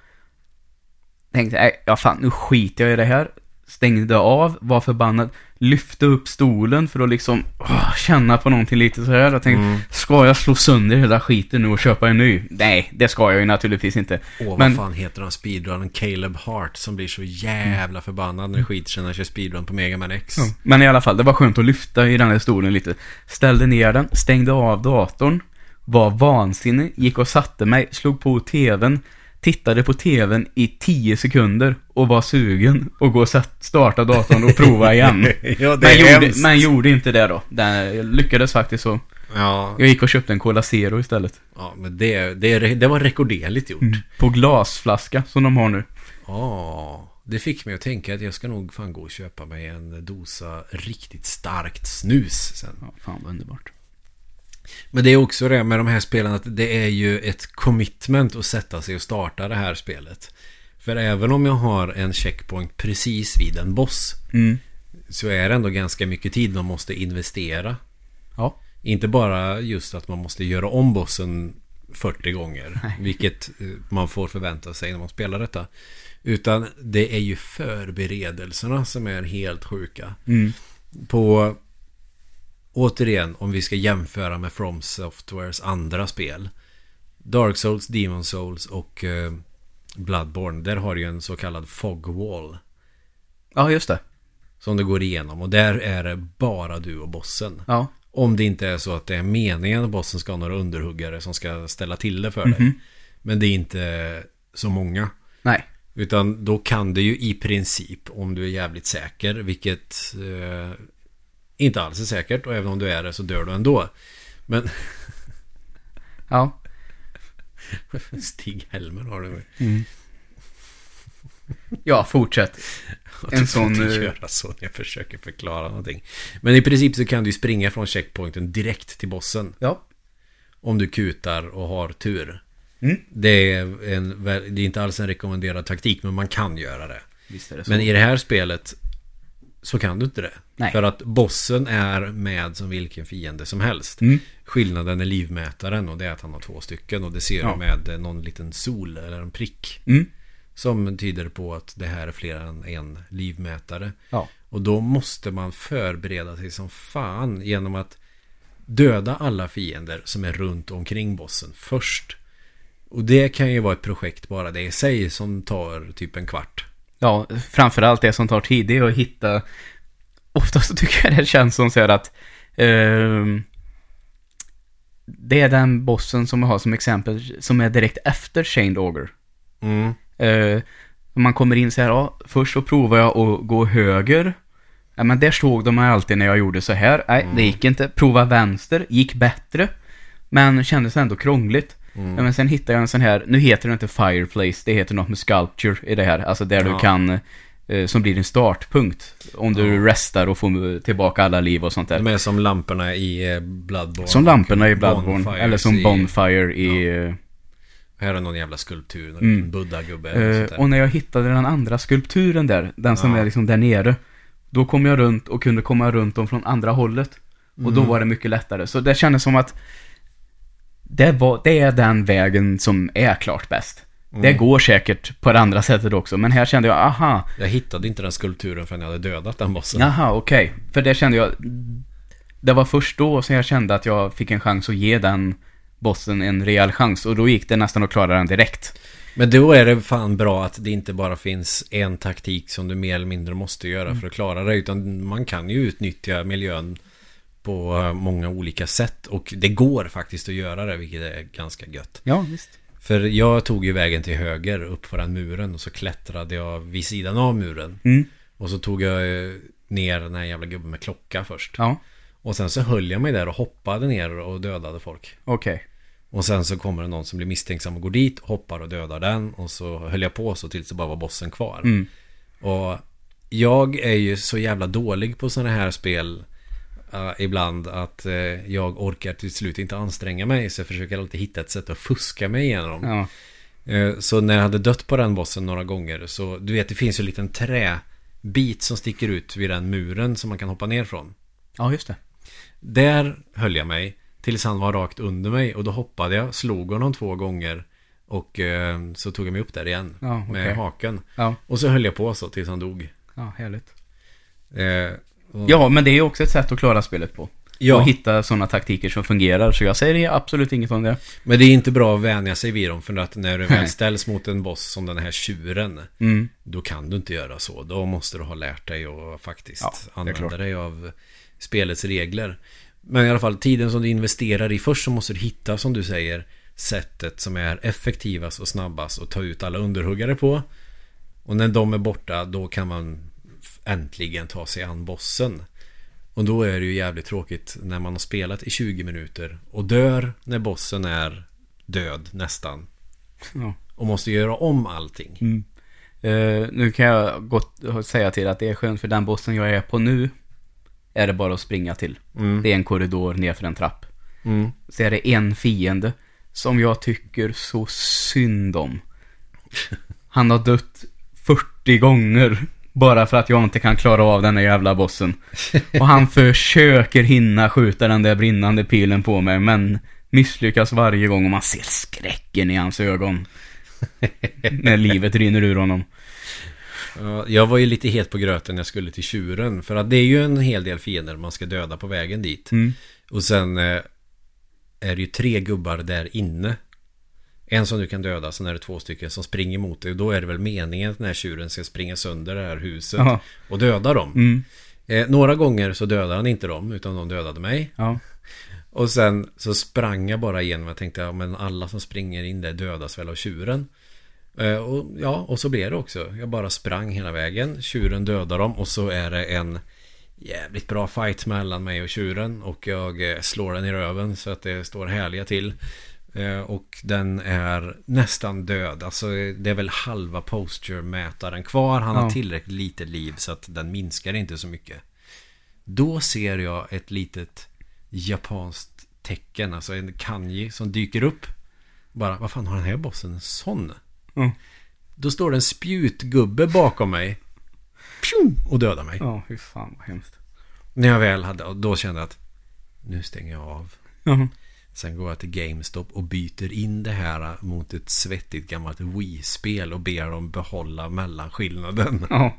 tänkte, nej, ja fan, nu skiter jag i det här. Stängde av, var förbannad, lyfte upp stolen för att liksom åh, känna på någonting lite så här. Jag tänkte, mm. ska jag slå sönder hela skiten nu och köpa en ny? Nej, det ska jag ju naturligtvis inte. Åh, vad Men, fan heter han speedrunnen? Caleb Hart som blir så jävla mm. förbannad när skiter sig när han kör speedrun på Mega Man X. Ja. Men i alla fall, det var skönt att lyfta i den här stolen lite. Ställde ner den, stängde av datorn, var vansinnig, gick och satte mig, slog på tvn, tittade på tvn i tio sekunder och var sugen och gå och starta datorn och prova igen. Ja, det men, är gjorde, men gjorde inte det då. Det lyckades faktiskt så. Ja. Jag gick och köpte en Cola Zero istället. Ja, men det, det, det var rekorderligt gjort. Mm. På glasflaska som de har nu. Ja, det fick mig att tänka att jag ska nog fan gå och köpa mig en dosa riktigt starkt snus sen. Ja, fan vad underbart. Men det är också det med de här spelen att det är ju ett commitment att sätta sig och starta det här spelet. För även om jag har en checkpoint precis vid en boss mm. så är det ändå ganska mycket tid man måste investera. Ja. Inte bara just att man måste göra om bossen fyrtio gånger, Nej. vilket man får förvänta sig när man spelar detta. Utan det är ju förberedelserna som är helt sjuka. Mm. På återigen, om vi ska jämföra med From Softwares andra spel, Dark Souls, Demon Souls och uh, Bloodborne, där har du ju en så kallad fog wall. Ja, just det. Som du går igenom, och där är det bara du och bossen. Ja. Om det inte är så att det är meningen att bossen ska ha några underhuggare som ska ställa till det för dig. Mm-hmm. Men det är inte så många. Nej. Utan då kan det ju i princip, om du är jävligt säker, vilket uh, inte alls är säkert, och även om du är det så dör du ändå. Men ja. Stig Helmer har du. Mm. Ja, fortsätt. En sån göra så när jag försöker förklara någonting. Men i princip så kan du springa från checkpointen direkt till bossen. Ja. Om du kutar och har tur. Mm. Det är en det är inte alls en rekommenderad taktik, men man kan göra det. Visst är det så. Men i det här spelet så kan du inte det. Nej. För att bossen är med som vilken fiende som helst. Mm. Skillnaden är livmätaren, och det är att han har två stycken, och det ser ja. du med någon liten sol eller en prick. Mm. Som tyder på att det här är fler än en livmätare. Ja. Och då måste man förbereda sig som fan genom att döda alla fiender som är runt omkring bossen först. Och det kan ju vara ett projekt bara det i sig som tar typ en kvart. Ja, framförallt det som tar tid är att hitta. Oftast så tycker jag det känns som så här att eh, det är den bossen som jag har som exempel som är direkt efter Chained Ogre. Mm. Eh, man kommer in så här, ja, först så provar jag att gå höger. Ja, men där såg de mig alltid när jag gjorde så här. Nej, mm. det gick inte. Prova vänster, gick bättre. Men kändes ändå krångligt. Mm. Ja, men sen hittade jag en sån här, nu heter det inte Fireplace, det heter något med Sculpture i det här. Alltså där ja. du kan, eh, som blir en startpunkt. Om du ja. restar och får tillbaka alla liv och sånt där. De är som lamporna i Bloodborne. Som lamporna i Bloodborne. Eller som i, Bonfire i... Ja. Här är någon jävla skulptur, någon mm. Buddha-gubbe. Uh, och, och när jag hittade den andra skulpturen där, den som ja. är liksom där nere, då kom jag runt och kunde komma runt dem från andra hållet. Och mm. då var det mycket lättare. Så det kändes som att det, var, det är den vägen som är klart bäst. Mm. Det går säkert på det andra sättet också. Men här kände jag, aha. Jag hittade inte den skulpturen förrän jag hade dödat den bossen. Jaha, okej. Okay. För det kände jag, det var först då som jag kände att jag fick en chans att ge den bossen en rejäl chans, och då gick det nästan att klara den direkt. Men då är det fan bra att det inte bara finns en taktik som du mer eller mindre måste göra mm. för att klara det, utan man kan ju utnyttja miljön på många olika sätt, och det går faktiskt att göra det, vilket är ganska gött. Ja, visst. För jag tog ju vägen till höger upp på den muren, och så klättrade jag vid sidan av muren. Mm. Och så tog jag ner den här jävla gubben med klocka först. Ja. Och sen så höll jag mig där och hoppade ner och dödade folk. Okej. Okay. Och sen så kommer det någon som blir misstänksam och går dit, hoppar och dödar den. Och så höll jag på så tills det bara var bossen kvar. Mm. Och jag är ju så jävla dålig på sådana här spel uh, ibland att uh, jag orkar till slut inte anstränga mig. Så jag försöker alltid hitta ett sätt att fuska mig igenom. Ja. Uh, så när jag hade dött på den bossen några gånger, så du vet, det finns ju en liten träbit som sticker ut vid den muren som man kan hoppa ner från. Ja, just det. Där höll jag mig tills han var rakt under mig. Och då hoppade jag, slog honom två gånger. Och uh, så tog jag mig upp där igen, ja, okay. med haken. Ja. Och så höll jag på så tills han dog. Ja, härligt. Eh, och... Ja, men det är ju också ett sätt att klara spelet på. Ja. Och hitta sådana taktiker som fungerar. Så jag säger absolut inget om det. Men det är inte bra att vänja sig vid dem. För att när du väl ställs mot en boss som den här tjuren, mm. då kan du inte göra så. Då måste du ha lärt dig och faktiskt ja, använda dig av spelets regler. Men i alla fall, tiden som du investerar i först, så måste du hitta, som du säger, sättet som är effektivast och snabbast och ta ut alla underhuggare på. Och när de är borta, då kan man äntligen ta sig an bossen. Och då är det ju jävligt tråkigt när man har spelat i tjugo minuter och dör när bossen är död nästan. Ja. Och måste göra om allting. Mm. Uh, nu kan jag gott säga till att det är skönt, för den bossen jag är på nu är det bara att springa till. Mm. Det är en korridor ner för en trapp. Mm. Så är det en fiende som jag tycker så synd om. Han har dött fyrtio gånger bara för att jag inte kan klara av den här jävla bossen. Och han försöker hinna skjuta den där brinnande pilen på mig, men misslyckas varje gång, och man ser skräcken i hans ögon när livet rinner ur honom. Jag var ju lite het på gröten när jag skulle till tjuren, för att det är ju en hel del fiender man ska döda på vägen dit. Mm. Och sen eh, är det ju tre gubbar där inne. En som du kan döda, sen är det två stycken som springer mot dig. Och då är det väl meningen att den här tjuren ska springa sönder det här huset. Aha. Och döda dem. Mm. eh, Några gånger så dödade han inte dem, utan de dödade mig. Ja. Och sen så sprang jag bara igenom. Jag tänkte, ja, men alla som springer in där dödas väl av tjuren. eh, och, Ja, och så blev det också. Jag bara sprang hela vägen. Tjuren dödar dem, och så är det en jävligt bra fight mellan mig och tjuren. Och jag eh, slår den i röven så att det står härliga till. Och den är nästan död. Alltså det är väl halva posture-mätaren kvar. Han ja. har tillräckligt lite liv så att den minskar inte så mycket. Då ser jag ett litet japanskt tecken, alltså en kanji som dyker upp. Bara, vad fan har den här bossen en sån? Mm. Då står det en spjutgubbe bakom mig och dödar mig. Ja, hur fan vad hemskt. När jag väl hade, och då kände jag att nu stänger jag av. Mm. Sen går jag till GameStop och byter in det här mot ett svettigt gammalt Wii-spel och ber dem behålla mellanskillnaden. Ja.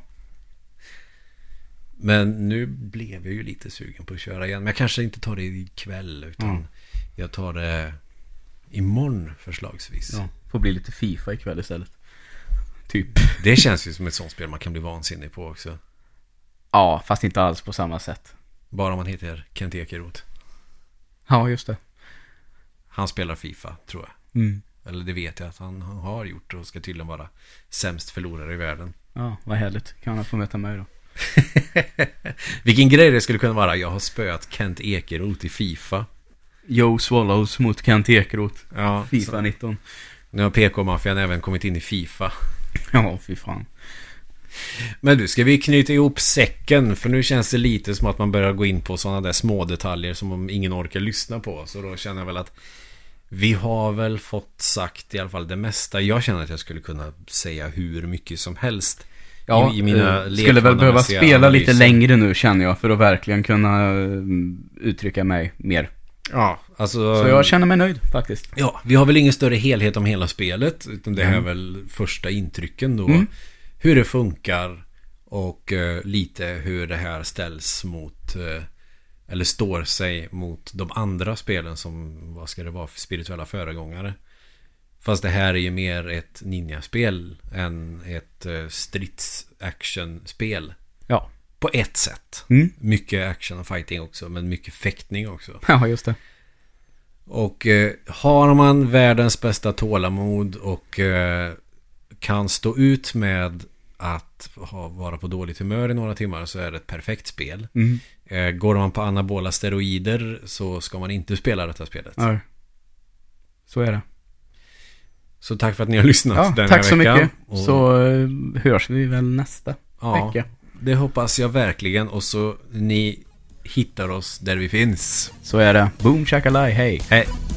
Men nu blev jag ju lite sugen på att köra igen. Men jag kanske inte tar det ikväll, utan mm. jag tar det imorgon förslagsvis. Ja, får bli lite FIFA ikväll istället. Typ. Det känns ju som ett sånt spel man kan bli vansinnig på också. Ja, fast inte alls på samma sätt. Bara om man heter Kent Ekeroth. Ja, just det. Han spelar FIFA, tror jag. Mm. Eller det vet jag att han, han har gjort, och ska tydligen vara sämst förlorare i världen. Ja, vad härligt. Kan han få möta mig då? Vilken grej det skulle kunna vara. Jag har spöat Kent Ekeroth i FIFA. Joe Swallows mot Kent Ekeroth. Ja, FIFA så. nitton. Nu har P K-maffian även kommit in i FIFA. Ja, fy fan. Men du, ska vi knyta ihop säcken? För nu känns det lite som att man börjar gå in på sådana där små detaljer som om ingen orkar lyssna på. Så då känner jag väl att vi har väl fått sagt i alla fall det mesta. Jag känner att jag skulle kunna säga hur mycket som helst. Ja, i, i mina uh, skulle väl behöva spela analyser. Lite längre nu, känner jag, för att verkligen kunna uh, uttrycka mig mer. Ja, alltså... Så jag känner mig nöjd, faktiskt. Ja, vi har väl ingen större helhet om hela spelet, utan det mm. är väl första intrycken då. Mm. Hur det funkar och uh, lite hur det här ställs mot uh, eller står sig mot de andra spelen som, vad ska det vara för spirituella föregångare. Fast det här är ju mer ett ninjaspel än ett uh, strids-action-spel. Ja. På ett sätt. Mm. Mycket action och fighting också, men mycket fäktning också. Ja, just det. Och uh, har man världens bästa tålamod och uh, kan stå ut med att ha, vara på dåligt humör i några timmar så är det ett perfekt spel. Mm. Eh, går man på anabola steroider så ska man inte spela detta spelet. Ja. Så är det. Så tack för att ni har lyssnat Ja, den här tack så veckan. mycket. Och, så uh, hörs vi väl nästa ja, vecka. Det hoppas jag verkligen. Och så ni hittar oss där vi finns. Så är det. Boom shakalai, hej. Hej.